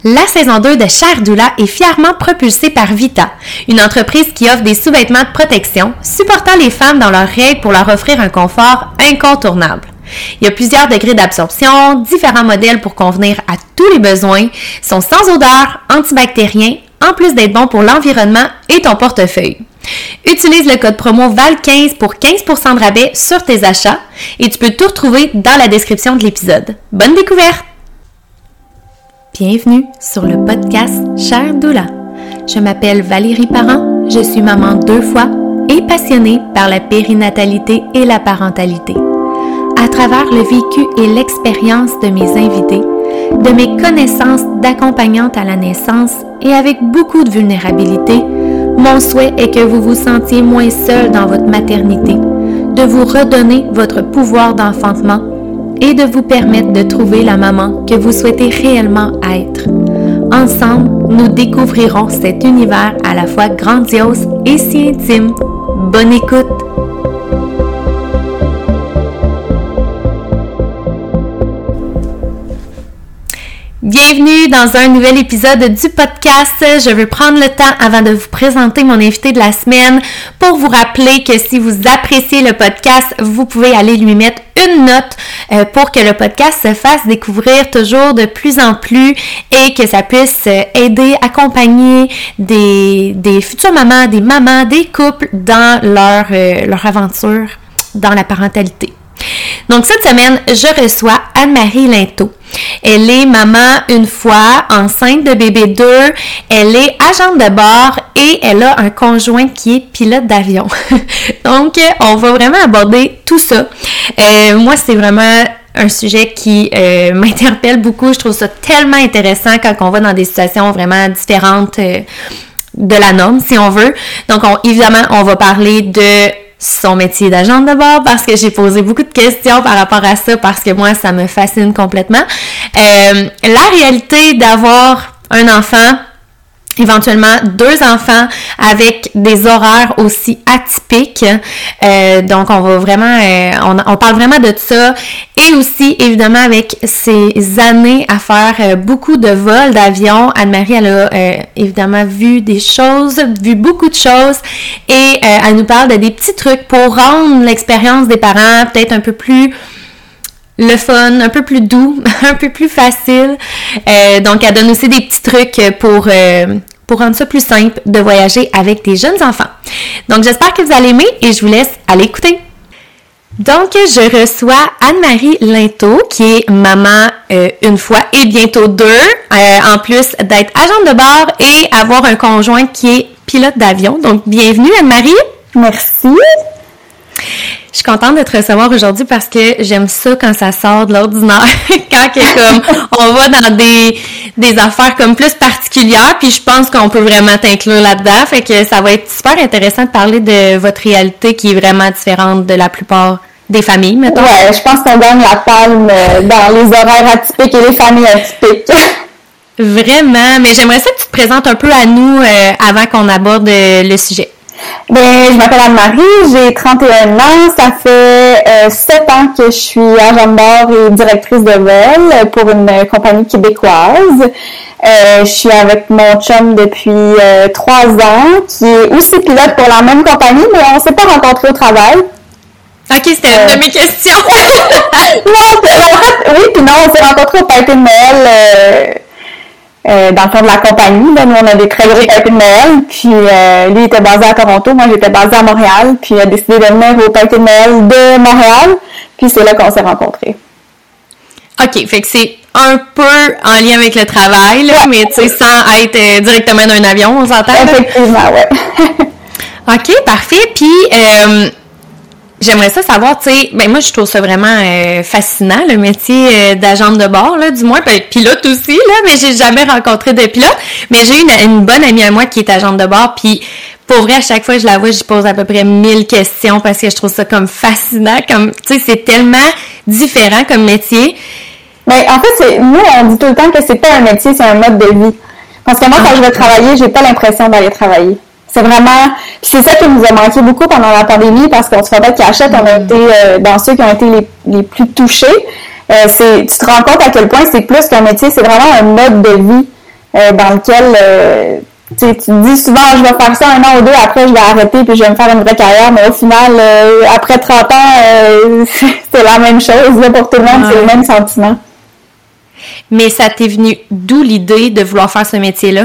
La saison 2 de Chère Doula est fièrement propulsée par Vita, une entreprise qui offre des sous-vêtements de protection, supportant les femmes dans leurs règles pour leur offrir un confort incontournable. Il y a plusieurs degrés d'absorption, différents modèles pour convenir à tous les besoins, sont sans odeur, antibactériens, en plus d'être bons pour l'environnement et ton portefeuille. Utilise le code promo VAL15 pour 15% de rabais sur tes achats et tu peux tout retrouver dans la description de l'épisode. Bonne découverte! Bienvenue sur le podcast Chère Doula. Je m'appelle Valérie Parent, je suis maman 2 fois et passionnée par la périnatalité et la parentalité. À travers le vécu et l'expérience de mes invités, de mes connaissances d'accompagnante à la naissance et avec beaucoup de vulnérabilité, mon souhait est que vous vous sentiez moins seul dans votre maternité, de vous redonner votre pouvoir d'enfantement et de vous permettre de trouver la maman que vous souhaitez réellement être. Ensemble, nous découvrirons cet univers à la fois grandiose et si intime. Bonne écoute! Bienvenue dans un nouvel épisode du podcast. Je veux prendre le temps avant de vous présenter mon invité de la semaine pour vous rappeler que si vous appréciez le podcast, vous pouvez aller lui mettre une note pour que le podcast se fasse découvrir toujours de plus en plus et que ça puisse aider, accompagner des futures mamans, des couples dans leur aventure dans la parentalité. Donc cette semaine, je reçois Anne-Marie Linteau. Elle est maman 1 fois, enceinte de bébé 2, elle est agente de bord et elle a un conjoint qui est pilote d'avion. Donc, on va vraiment aborder tout ça. Moi, c'est vraiment un sujet qui m'interpelle beaucoup. Je trouve ça tellement intéressant quand on va dans des situations vraiment différentes de la norme, si on veut. Donc, évidemment, on va parler de son métier d'agente de bord parce que j'ai posé beaucoup de questions par rapport à ça parce que moi, ça me fascine complètement. La réalité d'avoir un enfant, éventuellement 2 enfants avec des horaires aussi atypiques. Donc, on va vraiment, on parle vraiment de ça. Et aussi, évidemment, avec ces années à faire beaucoup de vols d'avion, Anne-Marie, elle a évidemment vu beaucoup de choses. Et elle nous parle de des petits trucs pour rendre l'expérience des parents peut-être un peu plus le fun, un peu plus doux, un peu plus facile. Donc, elle donne aussi des petits trucs pour rendre ça plus simple de voyager avec des jeunes enfants. Donc, j'espère que vous allez aimer et je vous laisse aller écouter. Donc, je reçois Anne-Marie Linteau, qui est maman 1 fois et bientôt 2, en plus d'être agente de bord et avoir un conjoint qui est pilote d'avion. Donc, bienvenue Anne-Marie. Merci. Je suis contente de te recevoir aujourd'hui parce que j'aime ça quand ça sort de l'ordinaire, quand on va dans des affaires comme plus particulières, puis je pense qu'on peut vraiment t'inclure là-dedans, fait que ça va être super intéressant de parler de votre réalité qui est vraiment différente de la plupart des familles, mettons. Ouais, je pense qu'on gagne la palme dans les horaires atypiques et les familles atypiques. Vraiment, mais j'aimerais ça que tu te présentes un peu à nous avant qu'on aborde le sujet. Je m'appelle Anne-Marie, j'ai 31 ans, ça fait 7 ans que je suis agent de bord et directrice de vol pour une compagnie québécoise. Je suis avec mon chum depuis 3 ans, qui est aussi pilote pour la même compagnie, mais on s'est pas rencontrés au travail. Ok, c'était une de mes questions! Oui, puis non, on s'est rencontrés au party de Noël dans le fond de la compagnie. Là, nous, on a des très gros parties de Noël. Puis lui était basé à Toronto, moi j'étais basée à Montréal. Puis il a décidé de venir au party de Noël de Montréal. Puis c'est là qu'on s'est rencontrés. OK, fait que c'est un peu en lien avec le travail, là, mais tu sais, sans être directement dans un avion, on s'entend? Effectivement, ouais. OK, parfait. Puis j'aimerais ça savoir, tu sais, moi je trouve ça vraiment fascinant, le métier d'agente de bord, là, du moins, puis pilote aussi, là, mais j'ai jamais rencontré de pilote. Mais j'ai une bonne amie à moi qui est agente de bord, puis pour vrai, à chaque fois que je la vois, j'y pose à peu près 1000 questions parce que je trouve ça comme fascinant, comme, tu sais, c'est tellement différent comme métier. Mais en fait, nous, on dit tout le temps que c'est pas un métier, c'est un mode de vie. Parce que moi, quand je vais travailler, j'ai pas l'impression d'aller travailler. C'est vraiment... Puis c'est ça qui nous a manqué beaucoup pendant la pandémie, parce qu'on se rappelle qu'Hachette, on a été dans ceux qui ont été les plus touchés. Tu te rends compte à quel point c'est plus qu'un métier, c'est vraiment un mode de vie. dans lequel tu te dis souvent je vais faire ça 1 an ou 2, après je vais arrêter puis je vais me faire une vraie carrière, mais au final, après 30 ans, c'est la même chose là, pour tout le monde, c'est le même sentiment. Mais ça t'est venu d'où l'idée de vouloir faire ce métier-là?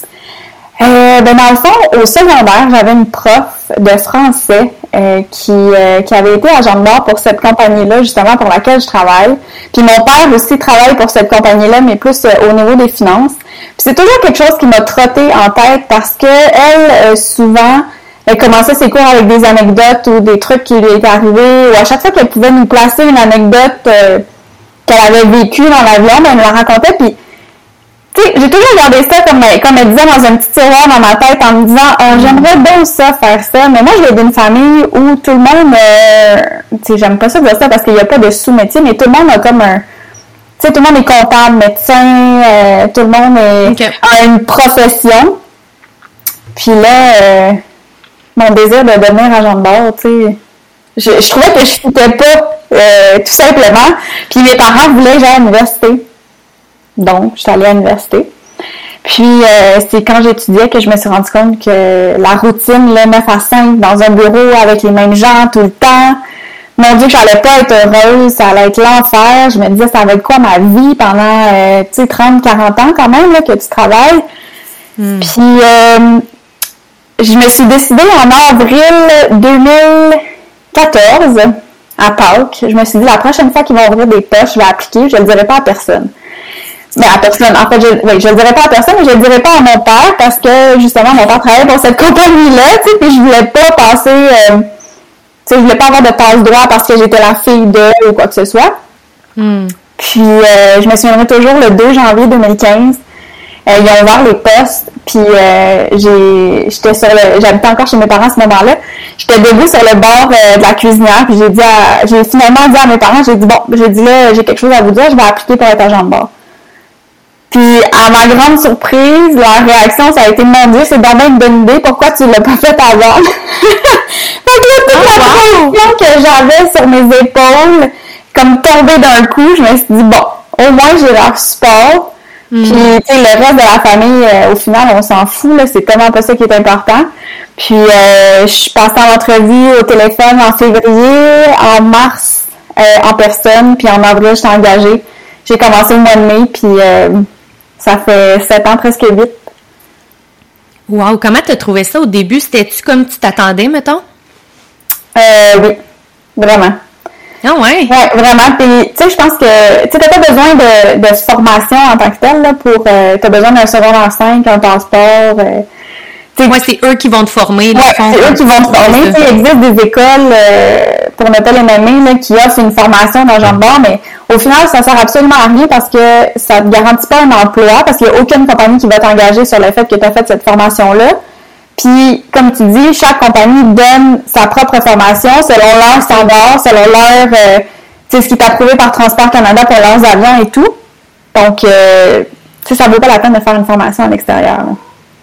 Dans le fond, au secondaire, j'avais une prof de français qui avait été agent de bord pour cette compagnie-là, justement, pour laquelle je travaille. Puis mon père aussi travaille pour cette compagnie-là, mais plus au niveau des finances. Puis c'est toujours quelque chose qui m'a trotté en tête parce que elle, souvent, elle commençait ses cours avec des anecdotes ou des trucs qui lui étaient arrivés, ou à chaque fois qu'elle pouvait nous placer une anecdote qu'elle avait vécue dans l'avion, ben, elle nous la racontait, puis tu sais, j'ai toujours regardé ça comme elle disait dans un petit tiroir dans ma tête en me disant j'aimerais bien ça, faire ça, mais moi je viens d'une famille où tout le monde tu sais, j'aime pas ça dire ça parce qu'il n'y a pas de sous-métier, mais tout le monde a comme un, tu sais, tout le monde est comptable, médecin, tout le monde a une profession. Puis là, mon désir de devenir agent de bord, tu sais, je trouvais que je fitais pas tout simplement, puis mes parents voulaient que j'aille à l'université. Donc, je suis allée à l'université. Puis, c'est quand j'étudiais que je me suis rendu compte que la routine, le 9 à 5, dans un bureau avec les mêmes gens tout le temps, mon Dieu, que j'allais pas être heureuse, ça allait être l'enfer. Je me disais, ça va être quoi ma vie pendant, tu sais, 30, 40 ans quand même, là, que tu travailles. Puis, je me suis décidée en avril 2014, à Pâques. Je me suis dit, la prochaine fois qu'ils vont ouvrir des postes, je vais appliquer, je le dirai pas à personne. Mais à personne. En fait, je le dirais pas à personne, mais je le dirais pas à mon père parce que, justement, mon père travaillait pour cette compagnie-là, tu sais, puis je voulais pas passer, tu sais, je voulais pas avoir de passe-droit parce que j'étais la fille de ou quoi que ce soit. Puis, je me souviendrai toujours le 2 janvier 2015. Ils ont ouvert les postes, puis j'habitais encore chez mes parents à ce moment-là. J'étais debout sur le bord de la cuisinière, puis j'ai finalement dit à mes parents, j'ai dit là, j'ai quelque chose à vous dire, je vais appliquer pour être agent de bord. Puis, à ma grande surprise, la réaction, ça a été, mon Dieu, c'est vraiment une bonne idée, pourquoi tu l'as pas fait avant? Fait que là, toute la pression que j'avais sur mes épaules, comme tombée d'un coup, je me suis dit, bon, au moins, j'ai leur support. Puis, tu sais, le reste de la famille, au final, on s'en fout, là, c'est tellement pas ça qui est important. Puis, je suis passée en entrevue au téléphone en février, en mars, en personne, puis en avril, j'étais engagée. J'ai commencé au mois de mai, puis ça fait 7 ans, presque 8. Wow! Comment t'as trouvé ça au début? C'était-tu comme tu t'attendais, mettons? Oui, vraiment. Ah ouais? Ouais, vraiment. Puis, tu sais, je pense que, tu sais, t'as pas besoin de formation en tant que telle, là, pour, t'as besoin d'un secondaire 5, un passeport, ouais, c'est eux qui vont te former. Ouais, c'est eux qui vont te former. Il existe des écoles, pour ne pas les nommer, là, qui offrent une formation d'agent de bord, mais au final, ça sert absolument à rien parce que ça ne te garantit pas un emploi, parce qu'il n'y a aucune compagnie qui va t'engager sur le fait que tu as fait cette formation-là. Puis, comme tu dis, chaque compagnie donne sa propre formation selon leurs standards, selon leur, tu sais, ce qui est approuvé par Transport Canada pour leurs avions et tout. Donc, tu sais, ça vaut pas la peine de faire une formation à l'extérieur, là.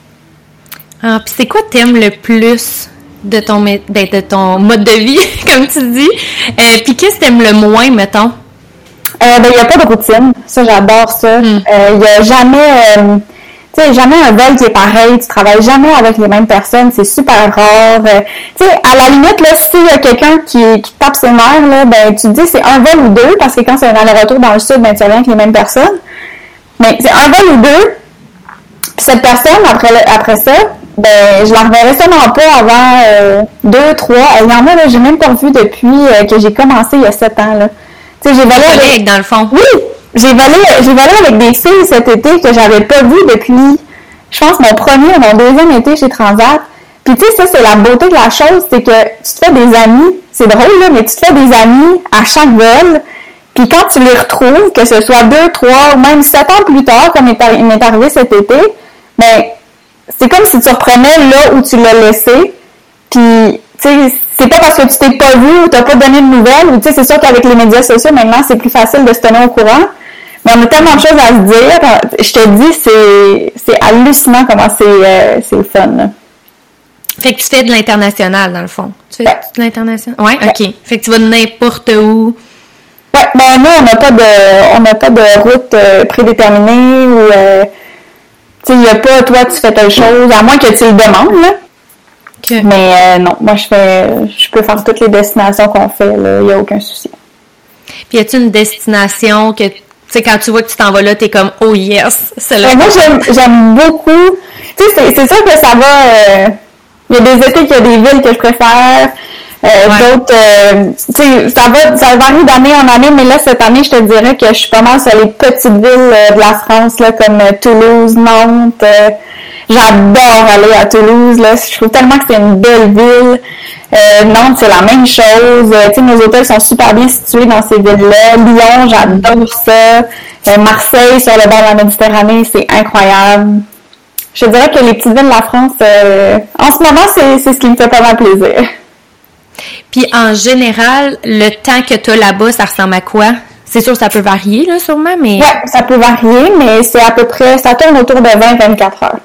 Ah, puis c'est quoi t'aimes le plus de ton mode de vie, comme tu dis? Puis qu'est-ce que t'aimes le moins, mettons? Ben, il n'y a pas de routine. Ça, j'adore ça. Il y a jamais, tu sais, jamais un vol qui est pareil. Tu travailles jamais avec les mêmes personnes. C'est super rare. Tu sais, à la limite, là, s'il y a quelqu'un qui tape ses nerfs, là, ben, tu te dis c'est un vol ou deux, parce que quand c'est un aller-retour dans le sud, ben, tu reviens avec les mêmes personnes. Mais c'est un vol ou deux. Puis cette personne, après ça, ben, je la reverrai sûrement pas avant 2, 3. Il y en a, là, j'ai même pas vu depuis que j'ai commencé il y a 7 ans, là. Tu sais, j'ai volé avec, dans le fond. Oui! J'ai volé avec des filles cet été que j'avais pas vues depuis, je pense, mon premier ou mon deuxième été chez Transat. Puis tu sais, ça, c'est la beauté de la chose, c'est que tu te fais des amis. C'est drôle, là, mais tu te fais des amis à chaque vol. Puis quand tu les retrouves, que ce soit 2, 3 ou même 7 ans plus tard, comme il m'est arrivé cet été, ben, c'est comme si tu reprenais là où tu l'as laissé. Puis, tu sais, c'est pas parce que tu t'es pas vu ou t'as pas donné de nouvelles, ou tu sais, c'est sûr qu'avec les médias sociaux, maintenant, c'est plus facile de se tenir au courant. Mais on a tellement de choses à se dire. Je te dis, c'est hallucinant comment c'est le fun, là. Fait que tu fais de l'international, dans le fond. Tu fais de l'international? Ouais, OK. Fait que tu vas n'importe où. Ouais, ben nous, on n'a pas de route prédéterminée ou... Tu sais, il n'y a pas, toi, tu fais telle chose, à moins que tu le demandes, là. Okay. Mais non, moi, je peux faire toutes les destinations qu'on fait, là, il n'y a aucun souci. Puis, y a-tu une destination que, tu sais, quand tu vois que tu t'en vas là, t'es comme, oh yes, c'est là. Moi, j'aime beaucoup. Tu sais, c'est sûr que ça va. Il y a des étés qu'il y a des villes que je préfère. D'autres, tu sais, ça varie d'année en année, mais là, cette année, je te dirais que je suis pas mal sur les petites villes de la France, là, comme Toulouse, Nantes. J'adore aller à Toulouse, là. Je trouve tellement que c'est une belle ville. Nantes, c'est la même chose. Tu sais, nos hôtels sont super bien situés dans ces villes-là. Lyon, j'adore ça. Marseille, sur le bord de la Méditerranée, c'est incroyable. Je dirais que les petites villes de la France, en ce moment, c'est ce qui me fait pas mal plaisir. Puis, en général, le temps que tu as là-bas, ça ressemble à quoi? C'est sûr que ça peut varier, là, sûrement, mais... Ouais, ça peut varier, mais c'est à peu près... Ça tourne autour de 20-24 heures.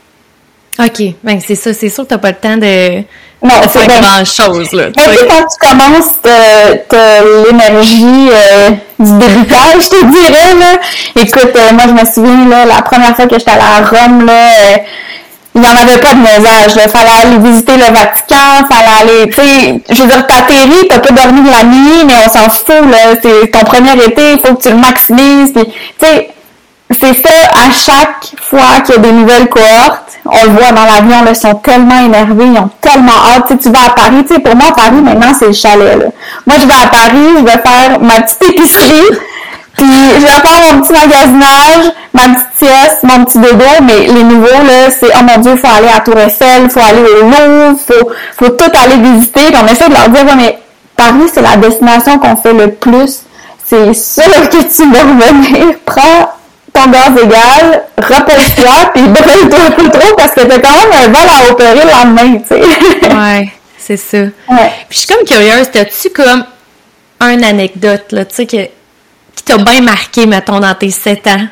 OK. Ben, c'est ça. C'est sûr que t'as pas le temps de faire grand-chose, là. Mais tu sais, quand tu commences, t'as l'énergie du débutage, je te dirais, là. Écoute, moi, je me souviens, là, la première fois que j'étais allée à Rome, là... il n'y en avait pas de nuages, là. Fallait aller visiter le Vatican, fallait aller, tu sais, je veux dire, t'atterris, t'as pas dormi de la nuit, mais on s'en fout, là. C'est ton premier été, il faut que tu le maximises, puis, tu sais, c'est ça, à chaque fois qu'il y a des nouvelles cohortes, on le voit dans l'avion, là, ils sont tellement énervés, ils ont tellement hâte, tu sais, tu vas à Paris, tu sais, pour moi, Paris, maintenant, c'est le chalet, là. Moi, je vais à Paris, je vais faire ma petite épicerie, puis je vais faire mon petit magasinage, ma petite sieste, mon petit dodo, mais les nouveaux, là, c'est, oh mon Dieu, faut aller à Tour Eiffel, faut aller au Louvre, faut tout aller visiter, puis on essaie de leur dire, ouais, mais Paris, c'est la destination qu'on fait le plus, c'est sûr que tu vas revenir, prends ton gaz égal, repose-toi, puis brûle-toi un peu trop, parce que t'as quand même un vol à opérer le lendemain, tu sais. Ouais, c'est ça. Ouais. Puis je suis comme curieuse, t'as-tu comme une anecdote, là, tu sais, qui t'a bien marqué, mettons, dans tes 7 ans?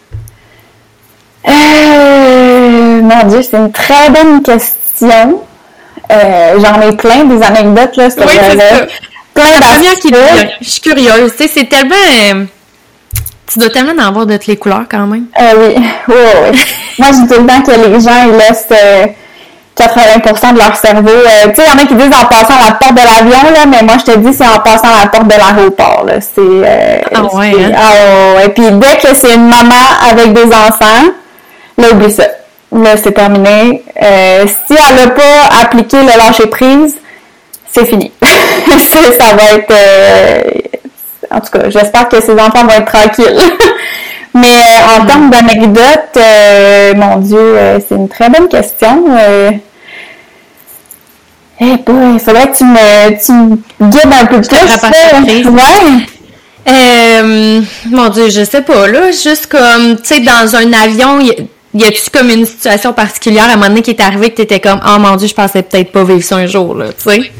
Mon Dieu, c'est une très bonne question. J'en ai plein des anecdotes, là, oui, c'est ça. Plein d'aspects. Je suis curieuse, tu sais, c'est tellement... tu dois tellement en avoir de toutes les couleurs, quand même. Oui. Moi, je dis tout le temps que les gens, ils laissent 80% de leur cerveau. Tu sais, il y en a qui disent en passant la porte de l'avion, là, mais moi, je te dis, c'est en passant la porte de l'aéroport, là. Et puis, dès que c'est une maman avec des enfants, là, oublie ça. Là, c'est terminé. Si elle n'a pas appliqué le lâcher-prise, c'est fini. Ça va être... en tout cas, j'espère que ses enfants vont être tranquilles. Mais en termes d'anecdotes, mon Dieu, c'est une très bonne question. Il faudrait que tu me guides un peu plus. Ouais. Mon Dieu, je sais pas, là. Juste comme, tu sais, dans un avion, y a-tu comme une situation particulière à un moment donné qui est arrivée que t'étais comme, oh mon Dieu, je pensais peut-être pas vivre ça un jour, là, tu sais?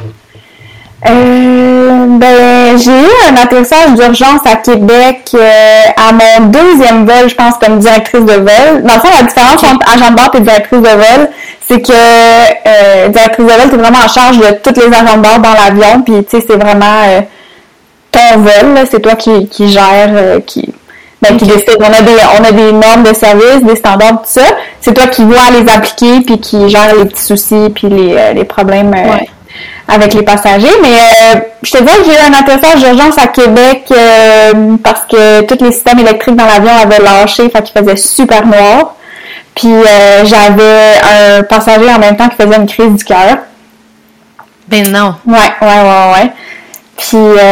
J'ai eu un atterrissage d'urgence à Québec à mon 2e vol, je pense, comme directrice de vol. Dans le fond, la différence entre agent de bord et directrice de vol, c'est que directrice de vol, t'es vraiment en charge de tous les agents de bord dans l'avion, puis tu sais, c'est vraiment ton vol, là, c'est toi qui gère, qui décide. On a des normes de service, des standards, tout ça. C'est toi qui vas les appliquer, puis qui gère les petits soucis, puis les problèmes avec les passagers. Mais je te dis que j'ai eu un atterrissage d'urgence à Québec parce que tous les systèmes électriques dans l'avion avaient lâché, fait qu'il faisait super noir. Puis j'avais un passager en même temps qui faisait une crise du cœur. Ben non. Ouais. Puis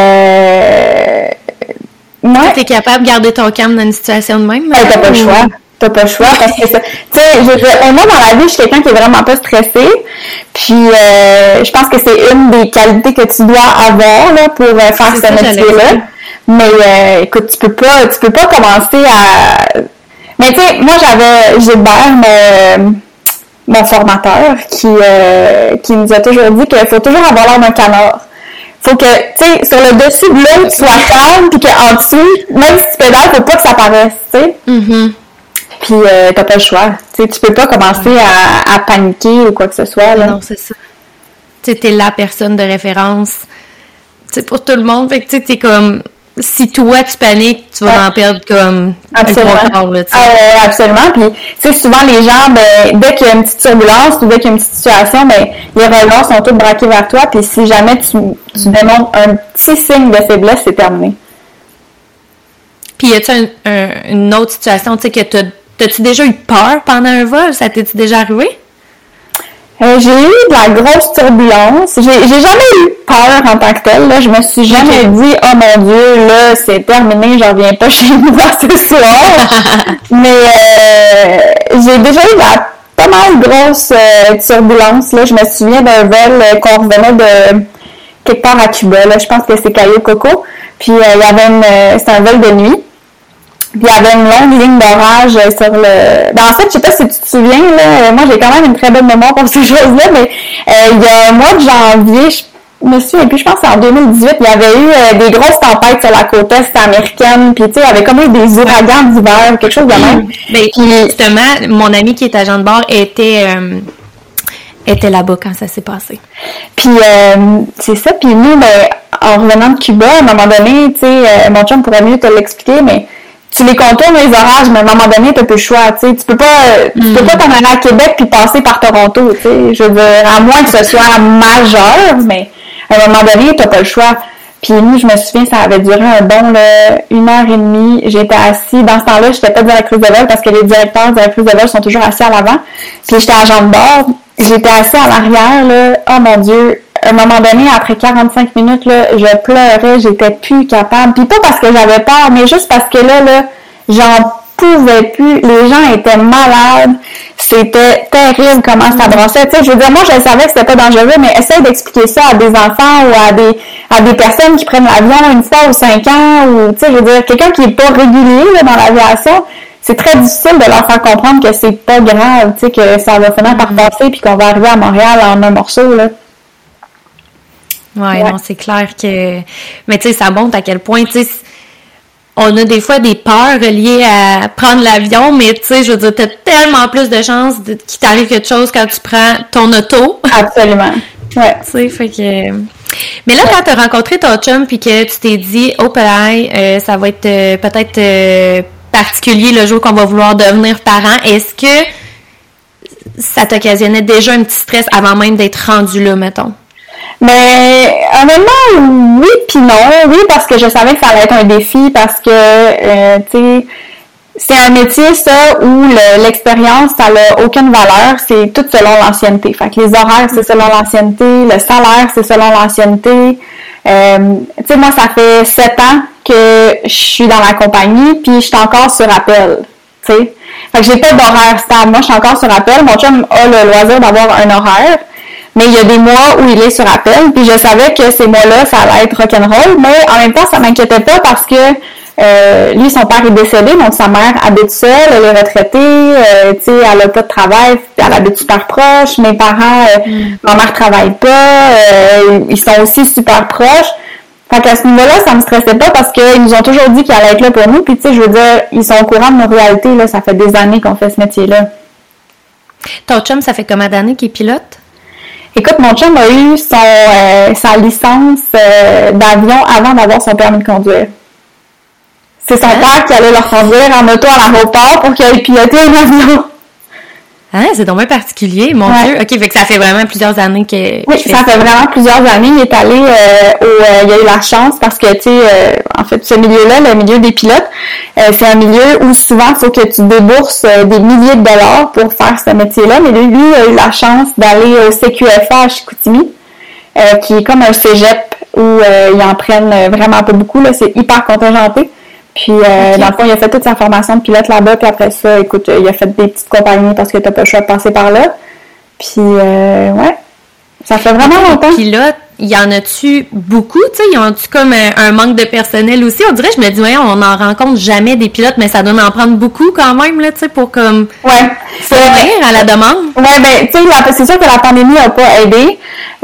t'es capable de garder ton calme dans une situation de même? T'as pas le choix. T'as pas le choix parce que ça, tu sais, moi dans la vie, je suis quelqu'un qui est vraiment pas stressé. Puis je pense que c'est une des qualités que tu dois avoir là pour faire ce métier-là. Mais écoute, tu peux pas commencer à. Mais tu sais, moi j'avais Gilbert, mon formateur, qui nous a toujours dit qu'il faut toujours avoir l'air d'un canard. Faut que, tu sais, sur le dessus de l'eau, tu sois calme, puis qu'en dessous, même si tu pédales, faut pas que ça paraisse, tu sais. Mm-hmm. Puis t'as pas le choix. Tu sais, tu peux pas commencer à paniquer ou quoi que ce soit, là. Non, c'est ça. Tu sais, t'es la personne de référence, tu sais, pour tout le monde. Fait que, tu sais, t'es comme... si toi, tu paniques, tu vas en perdre comme absolument. Un quart, là, tu sais. Absolument. Puis, tu sais, souvent, les gens, ben, dès qu'il y a une petite turbulence ou dès qu'il y a une petite situation, ben, les regards sont tous braqués vers toi. Puis, si jamais tu démontres un petit signe de faiblesse, c'est terminé. Puis, y a-tu une autre situation, tu sais, que t'as-tu déjà eu peur pendant un vol? Ça t'est-tu déjà arrivé? J'ai eu de la grosse turbulence. J'ai jamais eu peur en tant que telle. Là. Je me suis jamais dit « Oh mon Dieu, là, c'est terminé, je reviens pas chez moi ce soir. » Mais j'ai déjà eu pas mal de grosses turbulences. Là. Je me souviens d'un vol qu'on revenait de quelque part à Cuba. Là. Je pense que c'est Cayo Coco. Puis il y avait c'était un vol de nuit. Puis il y avait une longue ligne d'orage sur le... Ben, en fait, je sais pas si tu te souviens, là, moi j'ai quand même une très bonne mémoire pour ces choses-là, mais il y a un mois de janvier, je me souviens plus, je pense que c'est en 2018, il y avait eu des grosses tempêtes sur la côte est américaine, puis tu sais, il y avait comme eu des ouragans d'hiver, quelque chose de même. Ben, puis, justement, mon ami qui est agent de bord était là-bas quand ça s'est passé. Puis c'est ça, puis nous, ben, en revenant de Cuba, à un moment donné, tu sais, mon chum pourrait mieux te l'expliquer, mais tu les contournes les orages, mais à un moment donné, t'as plus le choix, tu sais. Tu peux pas t'en aller à Québec puis passer par Toronto, tu sais. Je veux dire, à moins que ce soit majeur, mais à un moment donné, t'as pas le choix. Puis nous, je me souviens, ça avait duré un bon, là, 1h30. J'étais assis, dans ce temps-là, j'étais pas directrice de vol parce que les directrices de vol sont toujours assis à l'avant. Puis j'étais agent de bord. J'étais assis à l'arrière, là. Oh mon Dieu. À un moment donné, après 45 minutes, là, je pleurais, j'étais plus capable. Puis pas parce que j'avais peur, mais juste parce que là, j'en pouvais plus. Les gens étaient malades. C'était terrible comment ça brassait. Tu sais, je veux dire, moi, je savais que c'était pas dangereux, mais essaye d'expliquer ça à des enfants ou à des personnes qui prennent l'avion une fois ou 5 ans, ou, tu sais, je veux dire, quelqu'un qui est pas régulier, là, dans l'aviation. C'est très difficile de leur faire comprendre que c'est pas grave, tu sais, que ça va finir par passer puis qu'on va arriver à Montréal en un morceau, là. Ouais, non, c'est clair que... Mais tu sais, ça montre à quel point, tu sais, on a des fois des peurs reliées à prendre l'avion, mais tu sais, je veux dire, t'as tellement plus de chances qu'il t'arrive quelque chose quand tu prends ton auto. Absolument. Ouais. Tu sais, fait que... Mais là, quand t'as rencontré ton chum puis que tu t'es dit, oh, ça va être peut-être particulier le jour qu'on va vouloir devenir parent, est-ce que ça t'occasionnait déjà un petit stress avant même d'être rendu là, mettons? Mais honnêtement, oui puis non. Oui, parce que je savais que ça allait être un défi, parce que, tu sais, c'est un métier, ça, où l'expérience, ça n'a aucune valeur. C'est tout selon l'ancienneté. Fait que les horaires, c'est selon l'ancienneté. Le salaire, c'est selon l'ancienneté. Tu sais, moi, ça fait 7 ans que je suis dans la compagnie, puis je suis encore sur appel, tu sais. Fait que j'ai pas d'horaire stable. Moi, je suis encore sur appel. Mon chum a le loisir d'avoir un horaire. Mais il y a des mois où il est sur appel, puis je savais que ces mois-là, ça allait être rock'n'roll, mais en même temps, ça m'inquiétait pas parce que lui, son père est décédé, donc sa mère habite seule, elle est retraitée, tu sais, elle a pas de travail, elle habite super proche, mes parents, ma mère travaille pas, ils sont aussi super proches. Fait qu'à ce niveau-là, ça me stressait pas parce qu'ils nous ont toujours dit qu'ils allaient être là pour nous, puis tu sais, je veux dire, ils sont au courant de nos réalités, là, ça fait des années qu'on fait ce métier-là. Ton chum, ça fait combien d'années qu'il est pilote? Écoute, mon chum a eu sa licence d'avion avant d'avoir son permis de conduire. C'est son père qui allait le conduire en auto à l'aéroport pour qu'il aille piloter un avion. Ah, c'est donc bien particulier, mon Dieu. OK, fait que ça fait vraiment plusieurs années que... Oui, ça fait vraiment plusieurs années. Il est allé il a eu la chance parce que, tu sais, en fait, ce milieu-là, le milieu des pilotes, c'est un milieu où souvent, il faut que tu débourses des milliers de dollars pour faire ce métier-là. Mais lui, il a eu la chance d'aller au CQFA à Chicoutimi, qui est comme un cégep où ils en prennent vraiment pas beaucoup. Là, c'est hyper contingenté. Puis, dans le fond, il a fait toute sa formation de pilote là-bas. Puis après ça, écoute, il a fait des petites compagnies parce que t'as pas le choix de passer par là. Puis, ouais, ça fait vraiment longtemps. Pilote, il y en a-tu beaucoup? Tu sais, y en a-tu comme un manque de personnel aussi? On dirait, je me dis, ouais, on n'en rencontre jamais des pilotes, mais ça doit en prendre beaucoup quand même, là, tu sais, pour comme... Ouais. Fournir à la demande. Ouais, ben, tu sais, c'est sûr que la pandémie n'a pas aidé.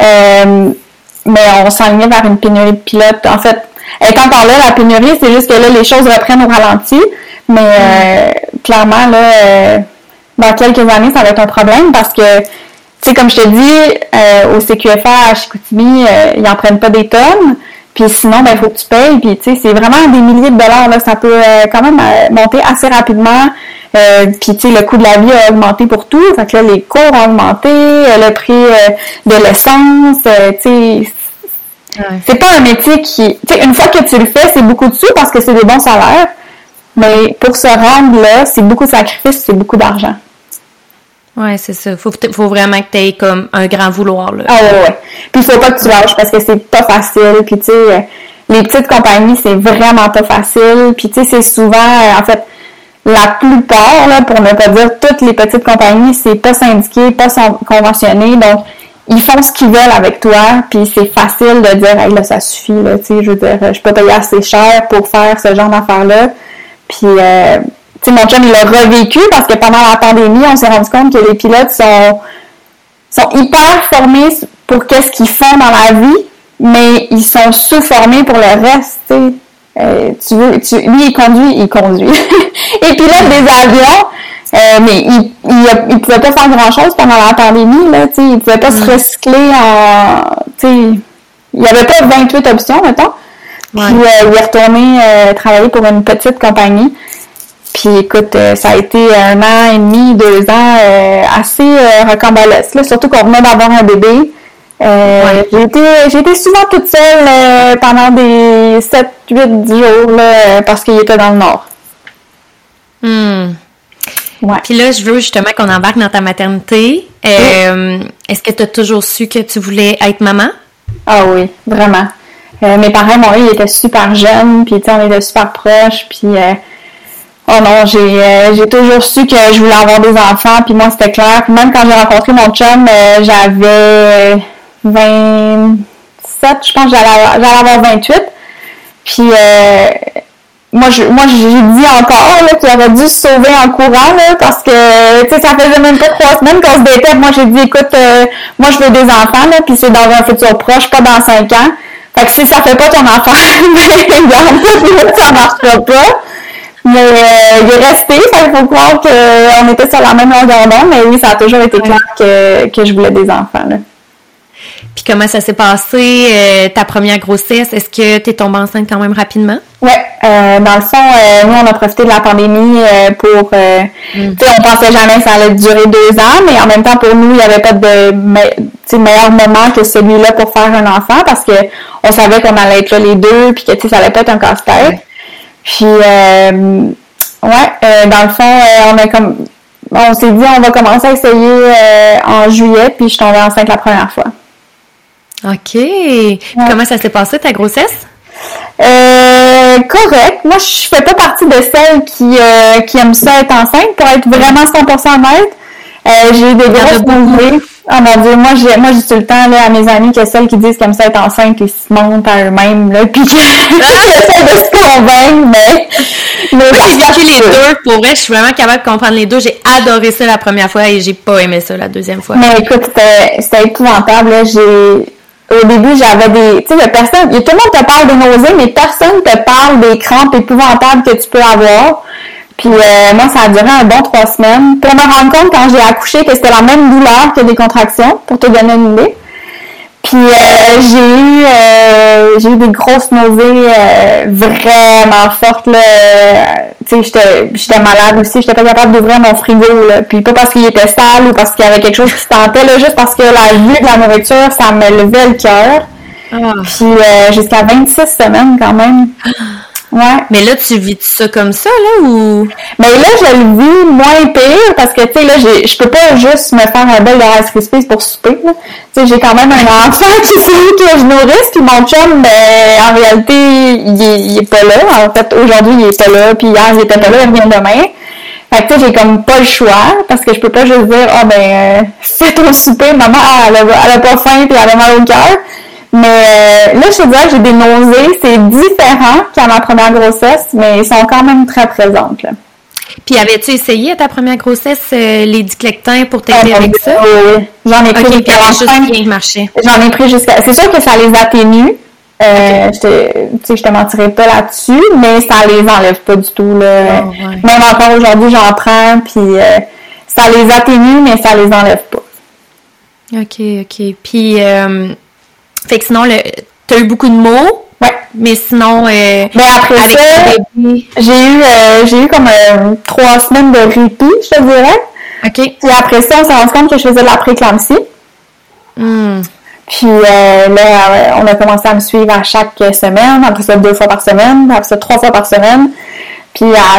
Mais on s'enlignait vers une pénurie de pilotes. En fait, elle est encore là, la pénurie, c'est juste que là, les choses reprennent au ralenti. Mais clairement, là, dans quelques années, ça va être un problème parce que, tu sais, comme je te dis, au CQFA à Chicoutimi, ils n'en prennent pas des tonnes. Puis sinon, ben, il faut que tu payes. Puis, tu sais, c'est vraiment des milliers de dollars, là. Ça peut quand même monter assez rapidement. Puis, tu sais, le coût de la vie a augmenté pour tout. Fait que là, les cours ont augmenté, le prix de l'essence, tu sais. Ouais. C'est pas un métier qui... Tu sais, une fois que tu le fais, c'est beaucoup de sous parce que c'est des bons salaires. Mais pour se rendre là, c'est beaucoup de sacrifices, c'est beaucoup d'argent. Ouais, c'est ça. Faut vraiment que tu aies comme un grand vouloir, là. Ah ouais. Puis il faut pas que tu lâches parce que c'est pas facile. Puis tu sais, les petites compagnies, c'est vraiment pas facile. Puis tu sais, c'est souvent, en fait, la plupart, là, pour ne pas dire toutes les petites compagnies, c'est pas syndiqué, pas conventionné. Donc, ils font ce qu'ils veulent avec toi, puis c'est facile de dire, hey, là, ça suffit, là, tu sais, je veux dire, je peux payer assez cher pour faire ce genre d'affaires-là. Puis, tu sais, mon chum, il l'a revécu parce que pendant la pandémie, on s'est rendu compte que les pilotes sont hyper formés pour qu'est-ce qu'ils font dans la vie, mais ils sont sous-formés pour le reste, tu sais. Lui, il conduit. Et pilote des avions, mais il pouvait pas faire grand-chose pendant la pandémie, là, tu sais, il pouvait pas se recycler tu sais, il y avait pas 28 options, mettons. Ouais. Puis, il est retourné travailler pour une petite compagnie. Puis, écoute, ça a été 1 an et demi, 2 ans assez rocambolesque, là, surtout qu'on venait d'avoir un bébé. Ouais. J'ai été souvent toute seule pendant des 7, 8, 10 jours, là, parce qu'il était dans le Nord. Ouais. Puis là, je veux justement qu'on embarque dans ta maternité. Est-ce que tu as toujours su que tu voulais être maman? Ah oui, vraiment. Mes parents, ils étaient super jeunes, puis tu sais, on était super proches, puis oh non, j'ai toujours su que je voulais avoir des enfants, puis moi, c'était clair. Puis même quand j'ai rencontré mon chum, j'avais 27, je pense que j'allais avoir 28. Puis moi j'ai dit encore là, qu'il aurait dû se sauver en courant, là, parce que, tu sais, ça faisait même pas 3 semaines qu'on se datait. Moi, j'ai dit, écoute, moi, je veux des enfants, là, puis c'est dans un futur proche, pas dans 5 ans. Fait que si ça fait pas ton affaire, regarde, ça marchera pas. Mais il est resté, fait qu'il faut croire qu'on était sur la même longueur d'onde, mais oui, ça a toujours été clair que je voulais des enfants, là. Puis comment ça s'est passé, ta première grossesse? Est-ce que tu es tombée enceinte quand même rapidement? Oui, dans le fond, nous, on a profité de la pandémie pour... Tu sais, on pensait jamais que ça allait durer 2 ans, mais en même temps, pour nous, il n'y avait pas de meilleur moment que celui-là pour faire un enfant, parce que on savait qu'on allait être là les deux, puis que, tu sais, ça allait pas être un casse-tête. Ouais. Puis, dans le fond, on s'est dit, on va commencer à essayer en juillet, puis je suis tombée enceinte la première fois. OK. Ouais. Comment ça s'est passé, ta grossesse? Correct. Moi, je fais pas partie de celles qui aiment ça être enceinte, pour être vraiment 100% honnête. J'ai des grosses nausées. Oh mon Dieu, moi je dis tout le temps là, à mes amis que celles qui disent qu'aiment ça être enceinte, ils se montent à eux-mêmes, là, puis qu'ils essaient de se convaincre, mais moi, j'ai vécu les deux. Pour vrai, je suis vraiment capable de comprendre les deux. J'ai adoré ça la première fois et j'ai pas aimé ça la deuxième fois. Mais écoute, c'était épouvantable, là. Au début, j'avais des... Tu sais, tout le monde te parle des nausées, mais personne te parle des crampes épouvantables que tu peux avoir. Puis moi, ça a duré un bon 3 semaines. Pour me rendre compte, quand j'ai accouché, que c'était la même douleur que des contractions, pour te donner une idée. Puis j'ai eu des grosses nausées vraiment fortes, là. Tu sais, j'étais malade aussi. J'étais pas capable d'ouvrir mon frigo, là. Puis pas parce qu'il était sale ou parce qu'il y avait quelque chose qui se tentait, là, juste parce que la vue de la nourriture, ça me levait le cœur. Puis jusqu'à 26 semaines quand même. Ouais. Mais là, tu vis ça comme ça, là, ou? Mais là, je le vis moins pire parce que, tu sais, là, je peux pas juste me faire un bol de Rice Krispies pour souper, là. Tu sais, j'ai quand même un enfant qui sait que je nourrisse, puis mon chum, en réalité, il est pas là. En fait, aujourd'hui, il est pas là, puis hier, il était pas là, il revient demain. Fait que, tu sais, j'ai comme pas le choix, parce que je peux pas juste dire, fais ton souper, maman, elle a pas faim, puis elle a mal au cœur. Mais là, je te dirais que j'ai des nausées, c'est différent qu'à ma première grossesse, mais ils sont quand même très présentes, là. Puis avais-tu essayé à ta première grossesse les diclectins pour t'aider avec ça? Oui, j'en ai pris jusqu'à la fin. J'en ai pris jusqu'à... C'est sûr que ça les atténue. Je te mentirais pas là-dessus, mais ça les enlève pas du tout, là. Même encore aujourd'hui, j'en prends, puis ça les atténue, mais ça les enlève pas. OK. Puis... fait que sinon, t'as eu beaucoup de maux, Ouais. Mais sinon, Ben après avec ça, le bébé... j'ai eu comme 3 semaines de répit, je te dirais. OK. Puis après ça, on s'est rendu compte que je faisais de la préclampsie. Puis là, on a commencé à me suivre à chaque semaine. Après ça, 2 fois par semaine. Après ça, 3 fois par semaine. Puis à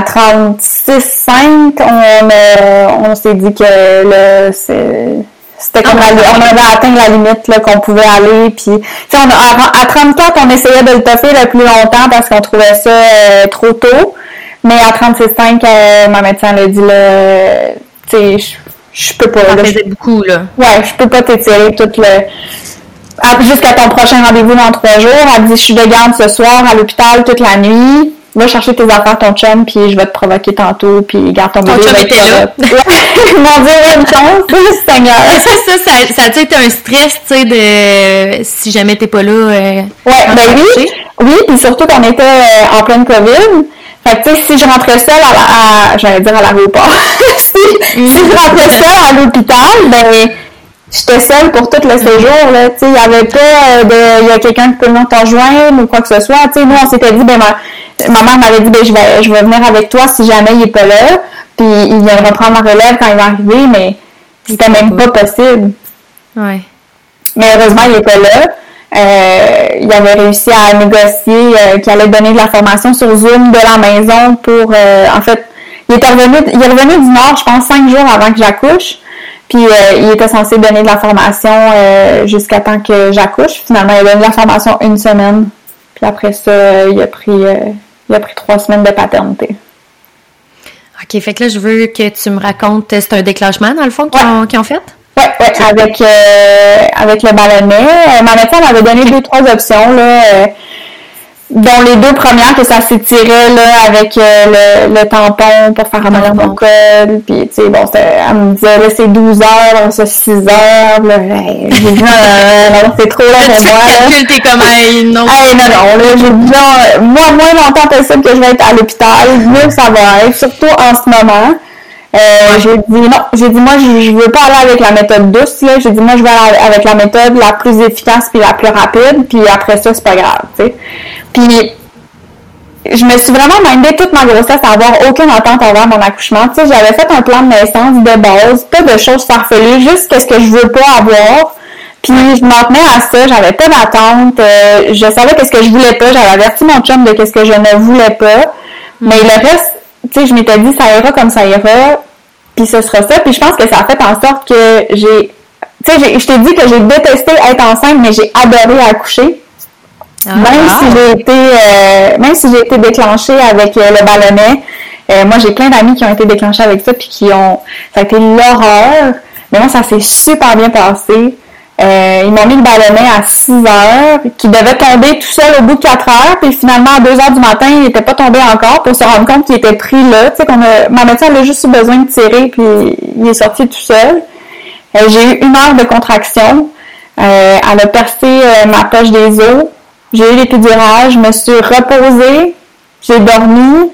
36,5, on s'est dit que c'était comme on avait atteint la limite là, qu'on pouvait aller. Puis à 34, on essayait de le toffer le plus longtemps parce qu'on trouvait ça trop tôt. Mais à 36,5, ma médecin a dit là, tu sais, je peux pas. Ça là, faisait beaucoup, là. Ouais, je peux pas t'étirer tout jusqu'à ton prochain rendez-vous dans 3 jours. Elle dit, je suis de garde ce soir à l'hôpital toute la nuit. Va chercher tes affaires, ton chum, puis je vais te provoquer tantôt, puis garde ton bébé. Ton chum était là. Mon Dieu, une chance, Seigneur. Ça a été un stress, tu sais, de si jamais t'es pas là. Ouais, ben oui. Oui, puis surtout qu'on était en pleine COVID. Fait que, tu sais, si je rentrais seule j'allais dire à l'aéroport. si je rentrais seule à l'hôpital, ben, j'étais seule pour tout le séjour, là. Tu sais, il y avait pas il y a quelqu'un qui peut nous rejoindre ou quoi que ce soit. Tu sais, nous, on s'était dit, ben, ma mère m'avait dit, ben, je vais venir avec toi si jamais il est pas là. Puis, il viendra prendre ma relève quand il va arriver, mais c'était même pas possible. Ouais. Mais heureusement, il était là. Il avait réussi à négocier qu'il allait donner de la formation sur Zoom de la maison pour... en fait, il est revenu du Nord, je pense, 5 jours avant que j'accouche. Puis il était censé donner de la formation jusqu'à temps que j'accouche. Finalement, il a donné de la formation 1 semaine. Puis après ça, il a pris 3 semaines de paternité. OK, fait que là, je veux que tu me racontes, c'est un déclenchement, dans le fond, qu'ils ont fait? Oui, avec le ballonnet. Ma médecin m'avait donné 2-3 options, là, dont les 2 premières, que ça s'étirait là, avec le tampon pour faire améliorer mon col. Puis, tu sais, bon, elle me disait, là, c'est 12 heures, ça 6 heures. Là, j'ai dit, non, c'est trop long pour moi. Tu t'es comme, non. Non, là, j'ai dit, non, moi, moins longtemps possible que je vais être à l'hôpital, mieux ça va être, surtout en ce moment. J'ai dit moi je veux pas aller avec la méthode douce là, j'ai dit moi je vais aller avec la méthode la plus efficace puis la plus rapide, puis après ça c'est pas grave, tu sais. Puis je me suis vraiment mindée toute ma grossesse à avoir aucune attente envers mon accouchement, tu sais, j'avais fait un plan de naissance de base, pas de choses farfelues, juste qu'est-ce que je veux pas avoir. Puis je m'en tenais à ça, j'avais pas d'attente, je savais qu'est-ce que je voulais pas, j'avais averti mon chum de qu'est-ce que je ne voulais pas, mais le reste, tu sais, je m'étais dit, ça ira comme ça ira, puis ce sera ça. Puis je pense que ça a fait en sorte que tu sais, je t'ai dit que j'ai détesté être enceinte, mais j'ai adoré accoucher. Même si j'ai été déclenchée avec le ballonnet, moi j'ai plein d'amis qui ont été déclenchés avec ça, puis ça a été l'horreur. Mais moi, ça s'est super bien passé. Ils m'ont mis le ballonnet à 6 heures, qui devait tomber tout seul au bout de 4 heures, puis finalement à 2 heures du matin, il n'était pas tombé encore pour se rendre compte qu'il était pris là. Tu sais, ma médecin a juste eu besoin de tirer, puis il est sorti tout seul. J'ai eu 1 heure de contraction. Elle a percé ma poche des os. J'ai eu l'épidural, je me suis reposée, j'ai dormi,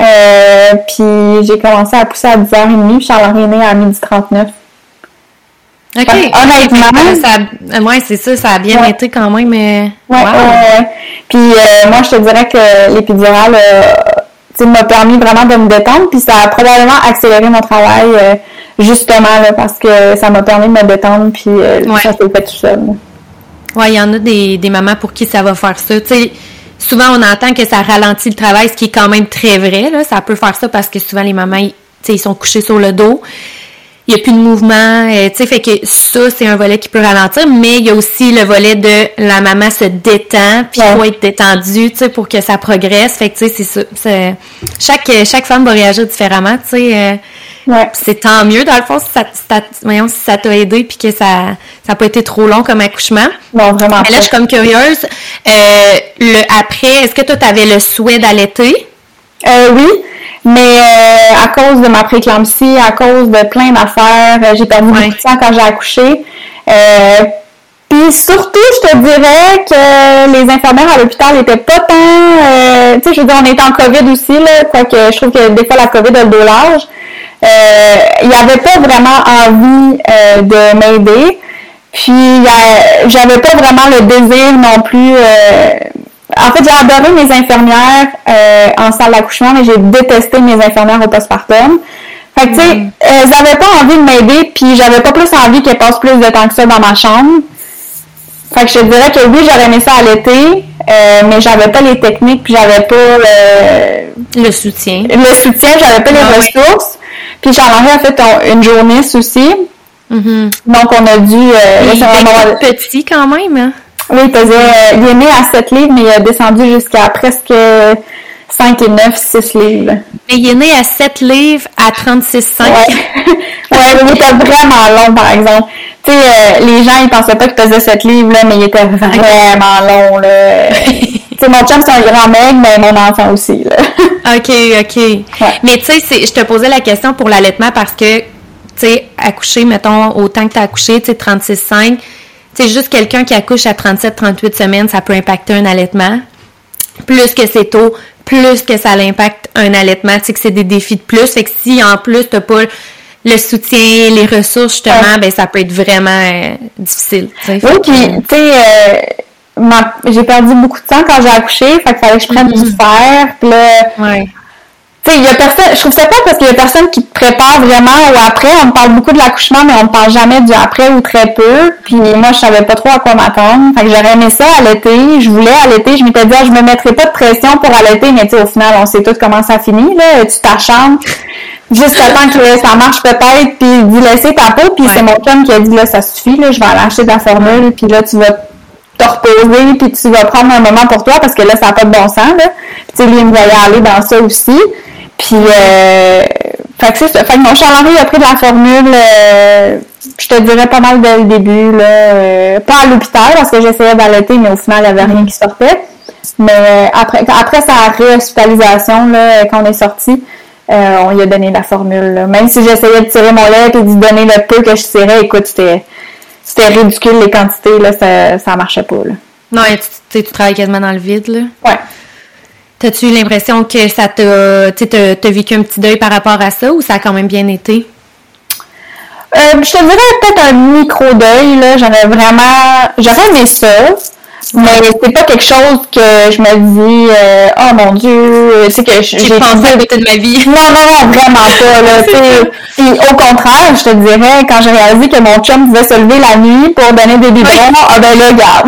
puis j'ai commencé à pousser à 10h30, puis Charles-Henri est né à 12h39. OK. Honnêtement. Ouais, c'est ça, ça a bien été quand même, mais. Ouais. Puis moi, je te dirais que l'épidural m'a permis vraiment de me détendre, puis ça a probablement accéléré mon travail, justement, là, parce que ça m'a permis de me détendre, puis ça s'est fait tout seul. Ouais, il y en a des mamans pour qui ça va faire ça. Tu sais, souvent, on entend que ça ralentit le travail, ce qui est quand même très vrai, là. Ça peut faire ça parce que souvent, les mamans, ils sont couchés sur le dos. Il n'y a plus de mouvement, tu sais, fait que ça, c'est un volet qui peut ralentir, mais il y a aussi le volet de la maman se détend, puis il faut être détendu, tu sais, pour que ça progresse. Fait que, tu sais, c'est ça. Chaque femme va réagir différemment, tu sais. C'est tant mieux, dans le fond, si ça t'a aidé, puis que ça n'a pas été trop long comme accouchement. Non, vraiment. Mais là, je suis comme curieuse. Après, est-ce que toi, tu avais le souhait d'allaiter? Oui. Mais à cause de ma préclampsie, à cause de plein d'affaires, j'ai perdu beaucoup de sang quand j'ai accouché. Puis surtout, je te dirais que les infirmières à l'hôpital n'étaient pas tant... tu sais, je veux dire, on était en COVID aussi, là, fait que je trouve que des fois, la COVID a le dos large. Il n'y avait pas vraiment envie de m'aider. Puis, j'avais pas vraiment le désir non plus... En fait, j'ai adoré mes infirmières en salle d'accouchement, mais j'ai détesté mes infirmières au postpartum. Fait que, tu sais, elles n'avaient pas envie de m'aider, puis j'avais pas plus envie qu'elles passent plus de temps que ça dans ma chambre. Fait que je te dirais que oui, j'aurais aimé ça allaiter, mais j'avais pas les techniques, puis j'avais pas le soutien. Le soutien, j'avais pas les ressources. Puis Charles-Henri a fait une journée aussi. Mm-hmm. Donc, on a dû... il était petit quand même, hein? Oui, il est né à 7 livres, mais il a descendu jusqu'à presque 5 et 9, 6 livres. Mais il est né à 7 livres à 36,5. Ouais, il était vraiment long, par exemple. Tu sais, les gens, ils pensaient pas qu'il pesait 7 livres, là, mais il était vraiment long, là. Tu sais, mon chum, c'est un grand mec, mais mon enfant aussi, là. OK. Ouais. Mais tu sais, je te posais la question pour l'allaitement parce que, tu sais, accoucher, mettons, autant que tu as accouché, tu sais, 36,5, tu sais, juste quelqu'un qui accouche à 37-38 semaines, ça peut impacter un allaitement. Plus que c'est tôt, plus que ça l'impacte un allaitement, tu sais, que c'est des défis de plus. Fait que si, en plus, t'as pas le soutien, les ressources, justement, ben ça peut être vraiment difficile. Oui, puis, tu sais, j'ai perdu beaucoup de temps quand j'ai accouché, fait qu'il fallait que je prenne du fer, puis là... Tu sais, il y a personne, je trouve ça pas parce qu'il y a personne qui te prépare vraiment au après. On me parle beaucoup de l'accouchement, mais on ne parle jamais du après ou très peu. Puis moi, je savais pas trop à quoi m'attendre. Fait que j'aurais aimé ça allaiter. Je voulais allaiter. Je m'étais dit, je me mettrais pas de pression pour allaiter, mais tu sais, au final, on sait tous comment ça finit, là. Tu t'acharnes jusqu'à temps que ça marche peut-être, puis d'y laisser ta peau. Puis c'est mon chum qui a dit, là, ça suffit, là, je vais aller acheter de la formule, puis là, tu vas te reposer, puis tu vas prendre un moment pour toi, parce que là, ça n'a pas de bon sens, là. Puis tu sais, lui, il me voyait aller dans ça aussi. Puis, fait que c'est ça. Fait que mon Charles-Henri a pris de la formule, je te dirais pas mal dès le début, là. Pas à l'hôpital, parce que j'essayais d'allaiter, mais au final, il n'y avait rien qui sortait. Mais après sa réhospitalisation, là, quand on est sorti, on lui a donné la formule, là. Même si j'essayais de tirer mon lait et d'y donner le peu que je tirais, écoute, c'était ridicule les quantités, là, ça marchait pas, là. Non, tu travailles quasiment dans le vide, là. Ouais. T'as-tu eu l'impression que ça t'as vécu un petit deuil par rapport à ça ou ça a quand même bien été? Je te dirais peut-être un micro-deuil, là. J'aurais aimé ça, mais c'est pas quelque chose que je me dis, oh mon Dieu, tu sais que j'ai pensé à côté de ma vie. Non, vraiment pas, là. Puis au contraire, je te dirais, quand j'ai réalisé que mon chum pouvait se lever la nuit pour donner des biberons, ben là, regarde.